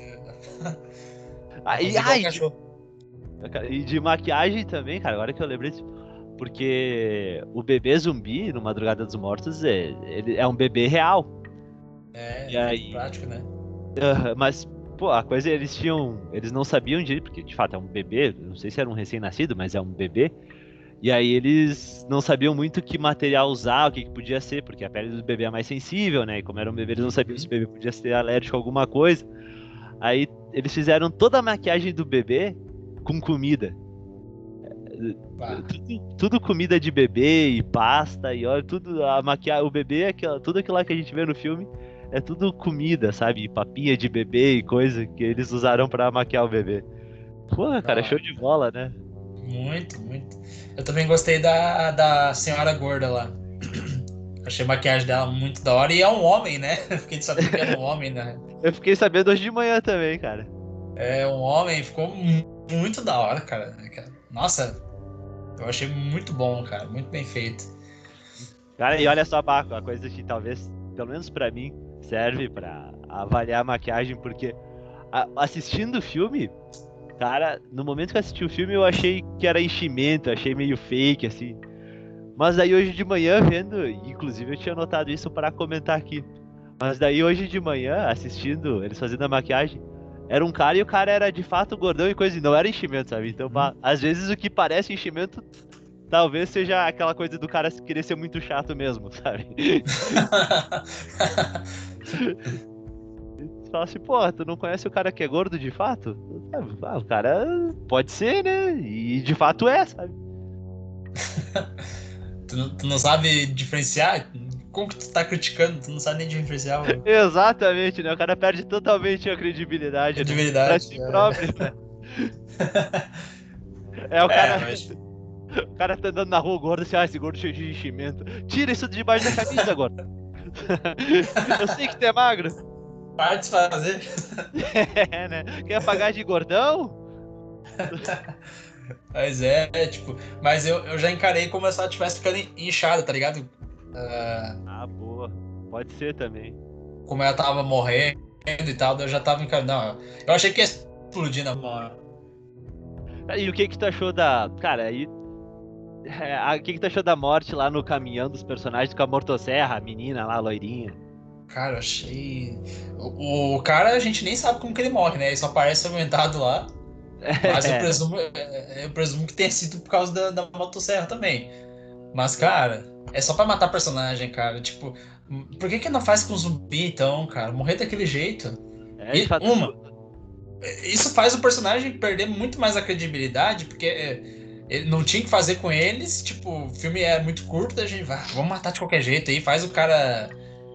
Ah, e, ai, de... e de maquiagem também, cara, agora que eu lembrei disso. Porque o bebê zumbi no Madrugada dos Mortos é, ele é um bebê real. É, e aí... prático, né? Uh, mas, pô, a coisa eles tinham. Eles não sabiam direito, porque de fato é um bebê, não sei se era um recém-nascido, mas é um bebê. E aí eles não sabiam muito que material usar, o que, que podia ser, porque a pele do bebê é mais sensível, né? E como era um bebê, eles não sabiam se o bebê podia ser alérgico a alguma coisa. Aí eles fizeram toda a maquiagem do bebê com comida. Tudo, tudo comida de bebê e pasta, e olha, tudo a maquiagem, o bebê, aquela, tudo aquilo lá que a gente vê no filme é tudo comida, sabe? Papinha de bebê e coisa que eles usaram pra maquiar o bebê. Pô, cara, ah, show de bola, né? Muito, muito. Eu também gostei da, da senhora gorda lá. Achei a maquiagem dela muito da hora. E é um homem, né? Eu fiquei sabendo que era um homem, né? Eu fiquei sabendo hoje de manhã também, cara. É um homem, ficou mu- muito da hora, cara. Nossa, eu achei muito bom, cara. Muito bem feito. Cara, e olha só, Baco, a coisa que talvez, pelo menos pra mim, serve pra avaliar a maquiagem, porque a- assistindo o filme, cara, no momento que eu assisti o filme eu achei que era enchimento, achei meio fake, assim. Mas daí hoje de manhã, vendo, inclusive eu tinha notado isso para comentar aqui. Mas daí hoje de manhã, assistindo, eles fazendo a maquiagem, era um cara e o cara era de fato gordão e coisa, e não era enchimento, sabe? Então, pá, às vezes o que parece enchimento, talvez seja aquela coisa do cara querer ser muito chato mesmo, sabe? Tu fala assim, pô, tu não conhece o cara que é gordo de fato? Ah, o cara pode ser, né? E de fato é, sabe? Tu, não- tu não sabe diferenciar? Como que tu tá criticando? Tu não sabe nem diferenciar o- Exatamente, né? O cara perde totalmente a a credibilidade, né? Pra credibilidade. si próprio, né? É, o É, cara, é, mas o cara tá andando na rua gordo, assim, ah, esse gordo cheio de enchimento. Tira isso de debaixo da camisa agora. Eu sei que tu é magro. para de fazer. É, né? Quer pagar de gordão? Mas é, é, tipo, mas eu, eu já encarei como se ela estivesse ficando inchada, tá ligado? Ah, Ah, boa. Pode ser também. como ela tava morrendo e tal, daí eu já tava encarando. Não, eu achei que ia explodir na mão. E o que que tu achou da... Cara, aí... é, a- o que que tu achou da morte lá no caminhão dos personagens com a motosserra, a menina lá, a loirinha? Cara, eu achei. O, o cara a gente nem sabe como que ele morre, né? Ele só aparece aguentado lá. Mas eu É, né? presumo, eu presumo que tenha sido por causa da, da motosserra também. Mas, cara, é só pra matar personagem, cara. Tipo, por que que não faz com zumbi, então, cara? Morrer daquele jeito. É, de E fato. uma, isso faz o personagem perder muito mais a credibilidade, porque é, ele não tinha que fazer com eles. Tipo, o filme é muito curto, a gente vai, ah, vamos matar de qualquer jeito aí, faz o cara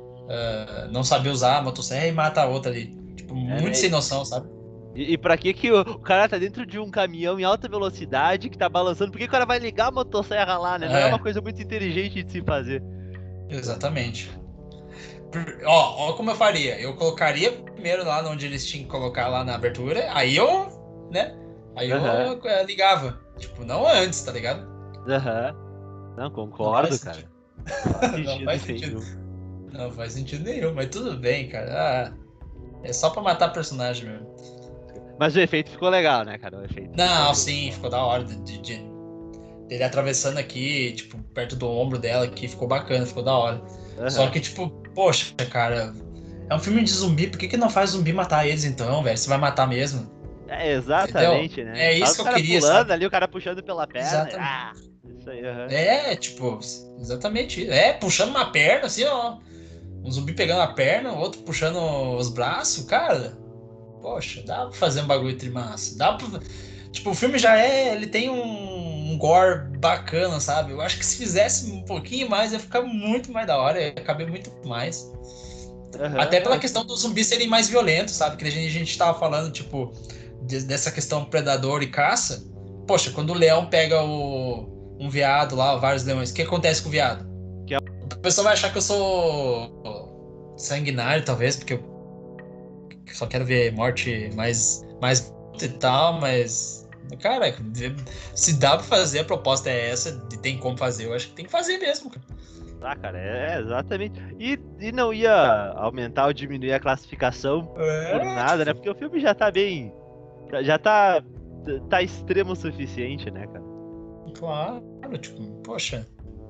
ah, não saber usar a motosserra e mata a outra ali. Tipo, É, muito né? sem noção, sabe? E, e pra que que o, o cara tá dentro de um caminhão em alta velocidade que tá balançando? Por que que o cara vai ligar a motosserra lá, né? Não é uma É, coisa muito inteligente de se fazer. exatamente. Por- Ó, ó como eu faria. Eu colocaria primeiro lá onde eles tinham que colocar lá na abertura, aí eu, né? Aí Aham, eu eh, ligava. Tipo, não antes, tá ligado? aham. Não, Não faz concordo, cara. sentido. Não faz Não sentido faz sentido. nenhum. Não faz sentido nenhum, mas tudo bem, cara. Ah, é só pra matar personagem mesmo. Mas o efeito ficou legal, né, cara? O efeito ficou Não, show de sim, bola. ficou da hora. De, de- dele atravessando aqui, tipo, perto do ombro dela aqui, ficou bacana, ficou da hora. Só Aham. que, tipo, poxa, cara, é um filme de zumbi, por que que não faz zumbi matar eles então, velho? Você vai matar mesmo, É, entendeu? exatamente, né? É Faz isso os que eu caras queria, pulando sabe? ali, o cara puxando pela perna. Exatamente. Ah, isso aí, aham. É, tipo, exatamente isso. É, puxando uma perna, assim, ó. Um zumbi pegando a perna, o outro puxando os braços, cara. Poxa, dá pra fazer um bagulho trimassa. Dá pra... Tipo, o filme já é. Ele tem um, um gore bacana, sabe? Eu acho que se fizesse um pouquinho mais, ia ficar muito mais da hora, ia caber muito mais. Aham, Até não, pela isso- questão dos zumbis serem mais violentos, sabe? Que a gente, a gente tava falando, tipo, de- dessa questão predador e caça. Poxa, quando o leão pega o, um veado lá, vários leões, o que acontece com o veado? que é- A pessoa vai achar que eu sou sanguinário, talvez, porque eu só quero ver morte mais, mais e tal, mas. Cara, se dá pra fazer, a proposta é essa, e tem como fazer, eu acho que tem que fazer mesmo, cara. Ah, cara, é, é exatamente. E, e não ia aumentar ou diminuir a classificação por É, nada, né? tipo, Porque o filme já tá bem. Já tá. Tá extremo o suficiente, né, cara? claro, tipo, poxa.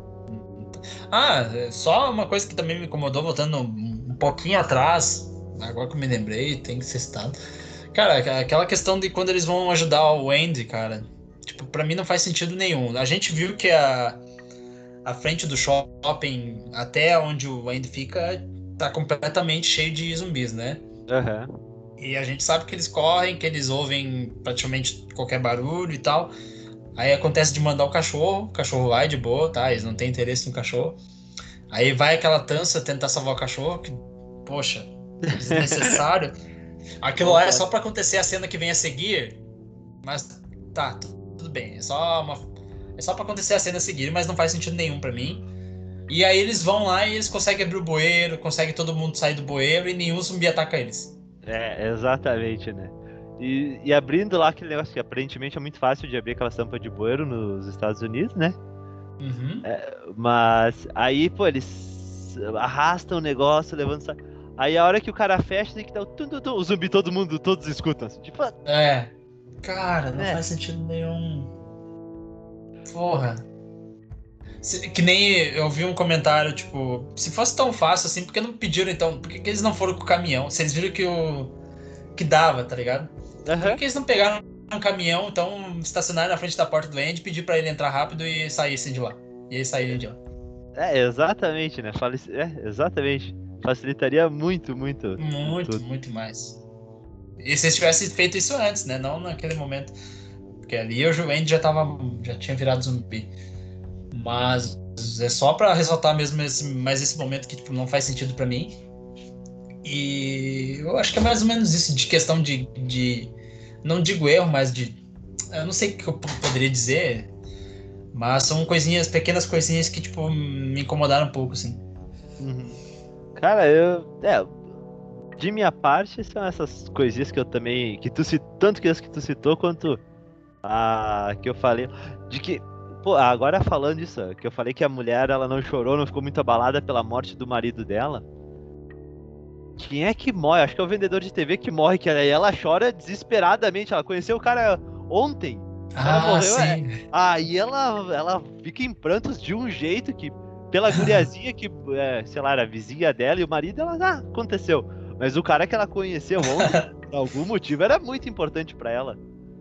Ah, é só uma coisa que também me incomodou, voltando um um pouquinho atrás, agora que eu me lembrei, tem que ser citado. Cara, aquela questão de quando eles vão ajudar o Andy, cara, tipo, pra mim não faz sentido nenhum. A gente viu que a, a frente do shopping, até onde o Andy fica, tá completamente cheio de zumbis, né? Aham. E a gente sabe que eles correm, que eles ouvem praticamente qualquer barulho e tal. Aí acontece de mandar o cachorro, o cachorro vai de boa, tá? Eles não têm interesse no cachorro. Aí vai aquela tança tentar salvar o cachorro, que, poxa, desnecessário. Aquilo lá é só pra acontecer a cena que vem a seguir, mas tá, tu- tudo bem. É só uma, é só para acontecer a cena a seguir, mas não faz sentido nenhum pra mim. E aí eles vão lá e eles conseguem abrir o bueiro, conseguem todo mundo sair do bueiro e nenhum zumbi ataca eles. É, exatamente, né? E, e abrindo lá aquele negócio que aparentemente é muito fácil de abrir aquela tampa de bueiro nos Estados Unidos, né? Uhum. Mas aí, pô, eles arrastam o negócio, levantam. Aí a hora que o cara fecha, tem que dar o tum, tum, tum, o zumbi, todo mundo, todos escutam. Assim, tipo, É. Cara, não É. faz sentido nenhum. Porra. Se- que nem eu vi um comentário, tipo, se fosse tão fácil assim, por que não pediram então? Por que, que eles não foram com o caminhão? Se eles viram que o. que dava, tá ligado? Por que, aham. que eles não pegaram um caminhão, então estacionaram na frente da porta do Andy, pedir pra ele entrar rápido e saíssem de lá? E eles saírem de lá. É, exatamente, né? Falic- É, exatamente. Facilitaria muito, muito Muito, tudo. muito mais. E se eles tivessem feito isso antes, né? Não naquele momento. Porque ali o Andy já tava. já tinha virado zumbi. Mas é só pra ressaltar mesmo esse, mais esse momento que tipo, não faz sentido pra mim. E eu acho que é mais ou menos isso, de questão de, de não digo erro, mas de. Eu não sei o que eu p- poderia dizer, mas são coisinhas, pequenas coisinhas que, tipo, me incomodaram um pouco, assim. Uhum. Cara, eu. É, de minha parte, são essas coisinhas que eu também. Que tu citou, tanto que as que tu citou, quanto a que eu falei. De que. Pô, agora falando disso, que eu falei que a mulher ela não chorou, não ficou muito abalada pela morte do marido dela. Quem é que morre? Acho que é o vendedor de T V que morre, que aí ela chora desesperadamente. Ela conheceu o cara ontem. O cara Ah, morreu. É... sim. Aí ela, ela fica em prantos de um jeito que, pela guriazinha que, é, sei lá, era vizinha dela e o marido, ela, ah, aconteceu. Mas o cara que ela conheceu ontem, por algum motivo, era muito importante pra ela.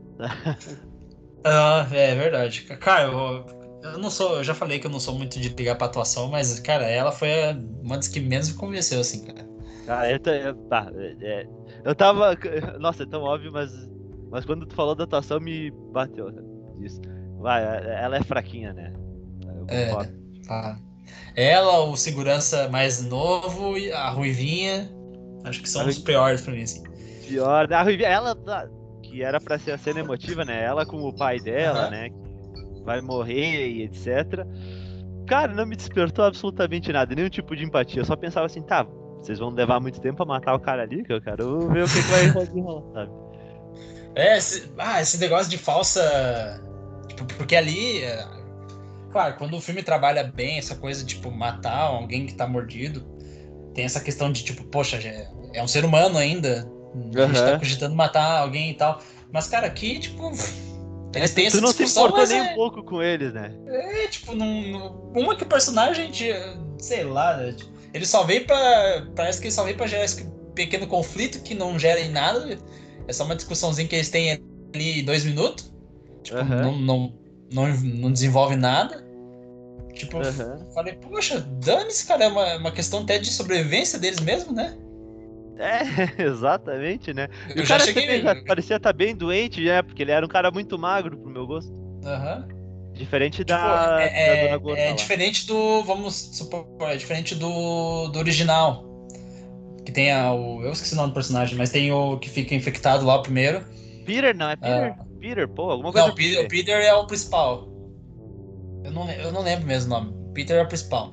Ah, é verdade. Cara, eu, eu não sou. Eu já falei que eu não sou muito de ligar pra atuação, mas, cara, ela foi a- uma das que menos me convenceu, assim, cara. Cara, eu, ta- eu, tá, é, é, eu tava. Nossa, é tão óbvio, mas, mas quando tu falou da atuação me bateu isso. Vai, é- ela é fraquinha, né? Eu É, concordo. tá. Ela, o segurança mais novo e a Ruivinha, acho que A são os Ruivinha- piores pra mim, assim. pior, a Ruivinha, ela tá- que era pra ser a cena emotiva, né? Ela com o pai dela, Aham. né? Que vai morrer e etcétera. Cara, não me despertou absolutamente nada, nenhum tipo de empatia. Eu só pensava assim, tá, vocês vão levar muito tempo a matar o cara ali, que eu quero ver o que, que vai rolar, sabe? É, esse, ah, esse negócio de falsa. Tipo, porque ali. é, Claro, quando o filme trabalha bem essa coisa, tipo, matar alguém que tá mordido, tem essa questão de, tipo, poxa, já é é um ser humano ainda. A gente tá Aham. cogitando matar alguém e tal. Mas, cara, aqui, tipo, É, eles tu, têm tu essa não se discussão, importou mas nem um é, pouco com eles, né? é tipo, não, não- uma que o personagem, de- sei lá, né, tipo, ele só veio pra. Parece que ele só veio pra gerar esse pequeno conflito que não gera em nada. É só uma discussãozinha que eles têm ali dois minutos. Tipo, Aham, não, não, não, não desenvolve nada. Tipo, aham. falei, poxa, dane-se, cara, é uma, uma questão até de sobrevivência deles mesmo, né? É, exatamente, né? E o Eu já cara também cheguei. já parecia estar bem doente, né? Porque ele era um cara muito magro pro meu gosto. Aham. Diferente Tipo, da, da Dona é, é, Gorda é lá. diferente do. Vamos supor, é diferente do, do original. Que tem a, o. Eu esqueci o nome do personagem, mas tem o que fica infectado lá o primeiro. Peter, não é Peter? Ah, Peter, pô, alguma não, coisa o com Peter, o P. Peter é o principal. Eu não, eu não lembro mesmo o nome. Peter é o principal.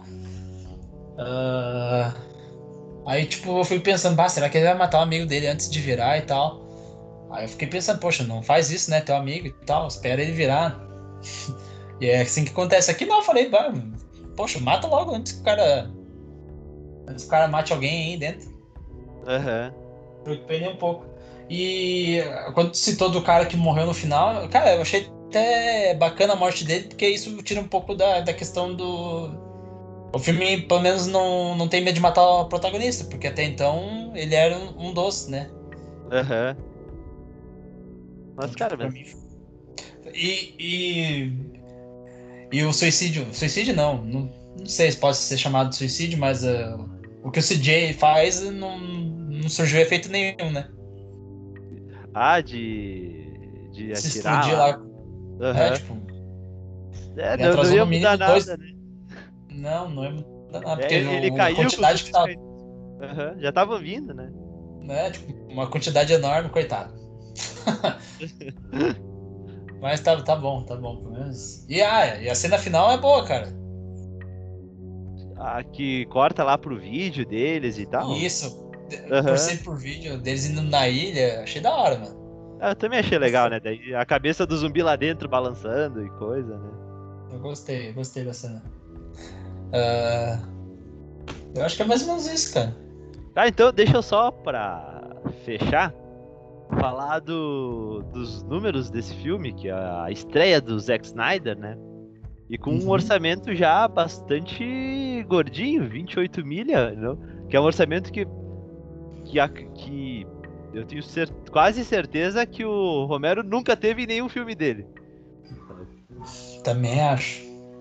Ah, aí, tipo, eu fui pensando, bah, será que ele vai matar o amigo dele antes de virar e tal? Aí eu fiquei pensando, poxa, não faz isso, né? Teu amigo e tal, espera ele virar. E é assim que acontece. Aqui não, eu falei, bah, poxa, mata logo antes que o cara. Antes que o cara mate alguém aí dentro. Aham. Preocupei nem um pouco. E quando tu citou do cara que morreu no final, cara, eu achei até bacana a morte dele, porque isso tira um pouco da, da questão do. O filme, pelo menos, não, não tem medo de matar o protagonista, porque até então ele era um, um dos, né? Aham. Então, Mas, cara, tipo, pra mas. mim. E, e, e o suicídio. Suicídio não, não, não sei se pode ser chamado de suicídio, mas uh, o que o C J faz não, não surgiu efeito nenhum, né? Ah, de. De Se atirar explodir lá. lá. É, Aham. tipo, É, ele não, não atrasou ia no mudar mínimo dois. nada, né? Não, não é mudar nada, É, porque ele, ele o- a caiu com os quantidade que zumbis tava. caindo. Aham, já estavam vindo, né? Né, tipo, uma quantidade enorme, coitado. Mas tá, tá bom, tá bom, pelo menos. E, ah, e a cena final é boa, cara. a que corta lá pro vídeo deles e tal. Isso, Aham. por ser por vídeo deles indo na ilha, achei da hora, mano. Ah, eu também achei legal, né? Daí a cabeça do zumbi lá dentro balançando e coisa, né? Eu gostei, eu gostei da cena. Ah, eu acho que é mais ou menos isso, cara. Tá, então deixa eu só pra fechar falar do, dos números desse filme, que é a estreia do Zack Snyder, né? E com um Uhum. orçamento já bastante gordinho, vinte e oito milha, não? Que é um orçamento que, que, a- que eu tenho cer- quase certeza que o Romero nunca teve em nenhum filme dele. Também acho.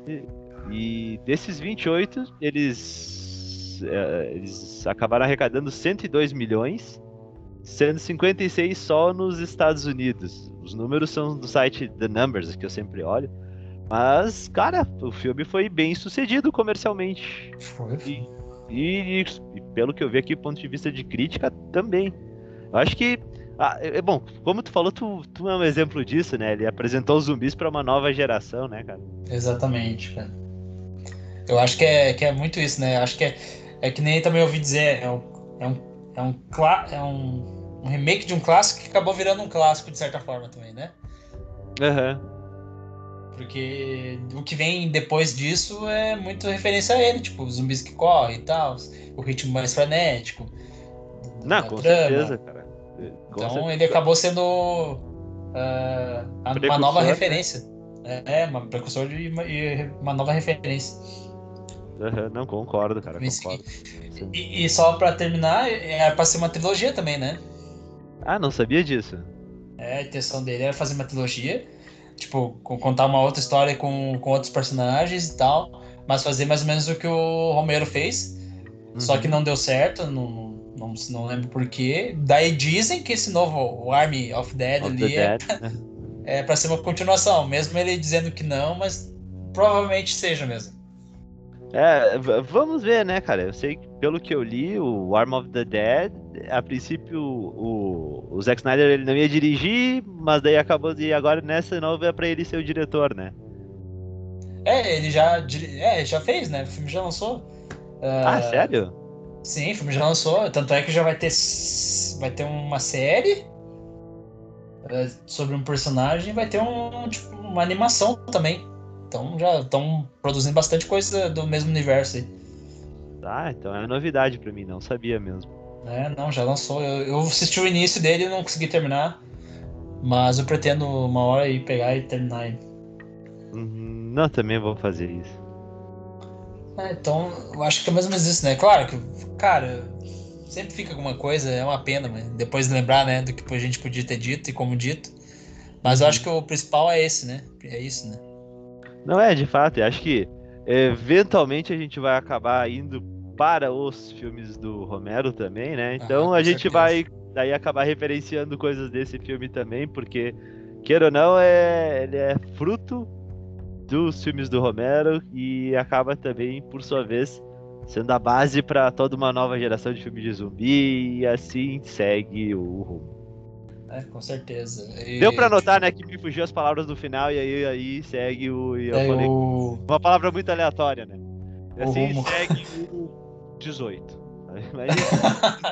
E desses vinte e oito, eles, eh, eles acabaram arrecadando cento e dois milhões, sendo cinquenta e seis só nos Estados Unidos. Os números são do site The Numbers, que eu sempre olho. Mas, cara, o filme foi bem sucedido comercialmente. Foi. E, e- e pelo que eu vi aqui, ponto de vista de crítica, também. Eu acho que. Ah, é é bom, como tu falou, tu, tu é um exemplo disso, né? Ele apresentou os zumbis pra uma nova geração, né, cara? Exatamente, cara. Eu acho que é, que é muito isso, né? Acho que é, é que nem também ouvi dizer, é um, é um, é um, clá- é um, um remake de um clássico que acabou virando um clássico de certa forma também, né? Aham. Porque o que vem depois disso é muito referência a ele, tipo, os zumbis que correm e tal, o ritmo mais frenético Não, da com trama. certeza, cara. Com Então certeza. ele acabou sendo ah, uma Precursor, nova né? referência. É, uma precursor de uma, e uma nova referência. Aham, não, concordo, cara, Vem concordo. Sim. E, e só pra terminar, é pra ser uma trilogia também, né? Ah, não sabia disso. É, a intenção dele era fazer uma trilogia, tipo, co- contar uma outra história com, com outros personagens e tal, mas fazer mais ou menos o que o Romero fez, só que Uhum. não deu certo, não, não, não, não lembro por quê. Daí dizem que esse novo, o Army of Dead Of the ali, é, Dead. é pra ser uma continuação, mesmo ele dizendo que não, mas provavelmente seja mesmo. É, v- vamos ver, né, cara? Eu sei que, pelo que eu li, o Arm of the Dead, a princípio, o, o Zack Snyder ele não ia dirigir, mas daí acabou de. Agora nessa nova é pra ele ser o diretor, né? É, ele já, dir- é, já fez, né? O filme já lançou. Ah, Ah, sério? sim, o filme já lançou, tanto é que já vai ter, vai ter uma série é, sobre um personagem, vai ter um, tipo, uma animação também. Então já estão produzindo bastante coisa do mesmo universo aí. Ah, então é novidade pra mim, não sabia mesmo. É, não, já lançou. Eu, eu assisti o início dele e não consegui terminar, mas eu pretendo uma hora ir pegar e terminar ele. Uhum, não, também vou fazer isso. É, então, eu acho que é mais ou menos isso, né? Claro que, cara, sempre fica alguma coisa, é uma pena, mas depois de lembrar, né, do que a gente podia ter dito e como dito. Mas eu acho Uhum. que o principal é esse, né? É isso, né? Não é, de fato, eu acho que eventualmente a gente vai acabar indo para os filmes do Romero também, né? Ah, Então a com gente certeza. vai daí acabar referenciando coisas desse filme também, porque, queira ou não, é, ele é fruto dos filmes do Romero e acaba também, por sua vez, sendo a base para toda uma nova geração de filmes de zumbi e assim segue o rumo. É, com certeza. Deu pra E, notar, tipo, né, que me fugiu as palavras do final e aí, aí segue o. E eu é falei o, uma palavra muito aleatória, né? E o assim rumo. segue o dezoito. Mas enfim.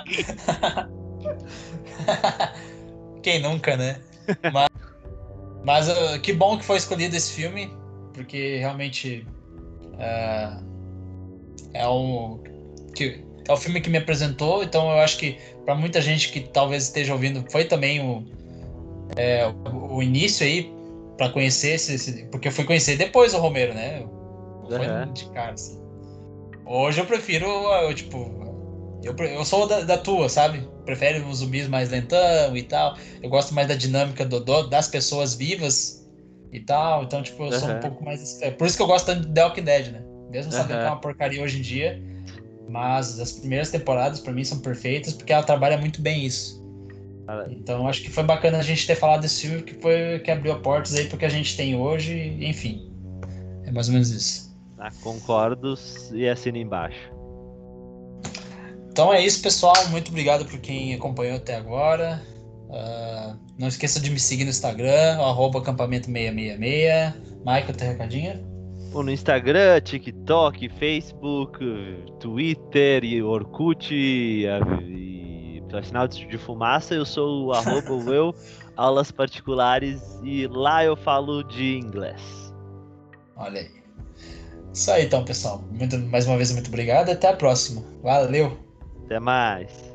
Quem nunca, né? Mas, mas uh, que bom que foi escolhido esse filme, porque realmente uh, é um que é o filme que me apresentou, então eu acho que para muita gente que talvez esteja ouvindo foi também o, é, o, o início aí para conhecer esse, esse, porque eu fui conhecer depois o Romero, né? Não foi Aham. de cara assim. Hoje eu prefiro, eu, tipo, eu, pre- eu sou da, da tua, sabe? Prefere os zumbis mais lentão e tal. Eu gosto mais da dinâmica do, do- das pessoas vivas e tal. Então, tipo, eu sou um Aham. pouco mais. É por isso que eu gosto tanto de The Walking Dead, né? Mesmo sabendo que é Aham. uma porcaria hoje em dia, mas as primeiras temporadas pra mim são perfeitas porque ela trabalha muito bem isso. Fala. Então, acho que foi bacana a gente ter falado desse filme que foi que abriu portas aí pro que a gente tem hoje. Enfim, é mais ou menos isso. Ah, concordo e assina embaixo. Então é isso, pessoal. Muito obrigado por quem acompanhou até agora. Ah, não esqueça de me seguir no Instagram, arroba acampamento seiscentos e sessenta e seis. Michael, tem recadinho? no Instagram, TikTok, Facebook, Twitter e Orkut e, e pelo sinal de fumaça, eu sou o arroba eu, aulas particulares, e lá eu falo de inglês. Olha aí. Isso aí então, pessoal. Muito, mais uma vez, muito obrigado e até a próxima. Valeu! Até mais!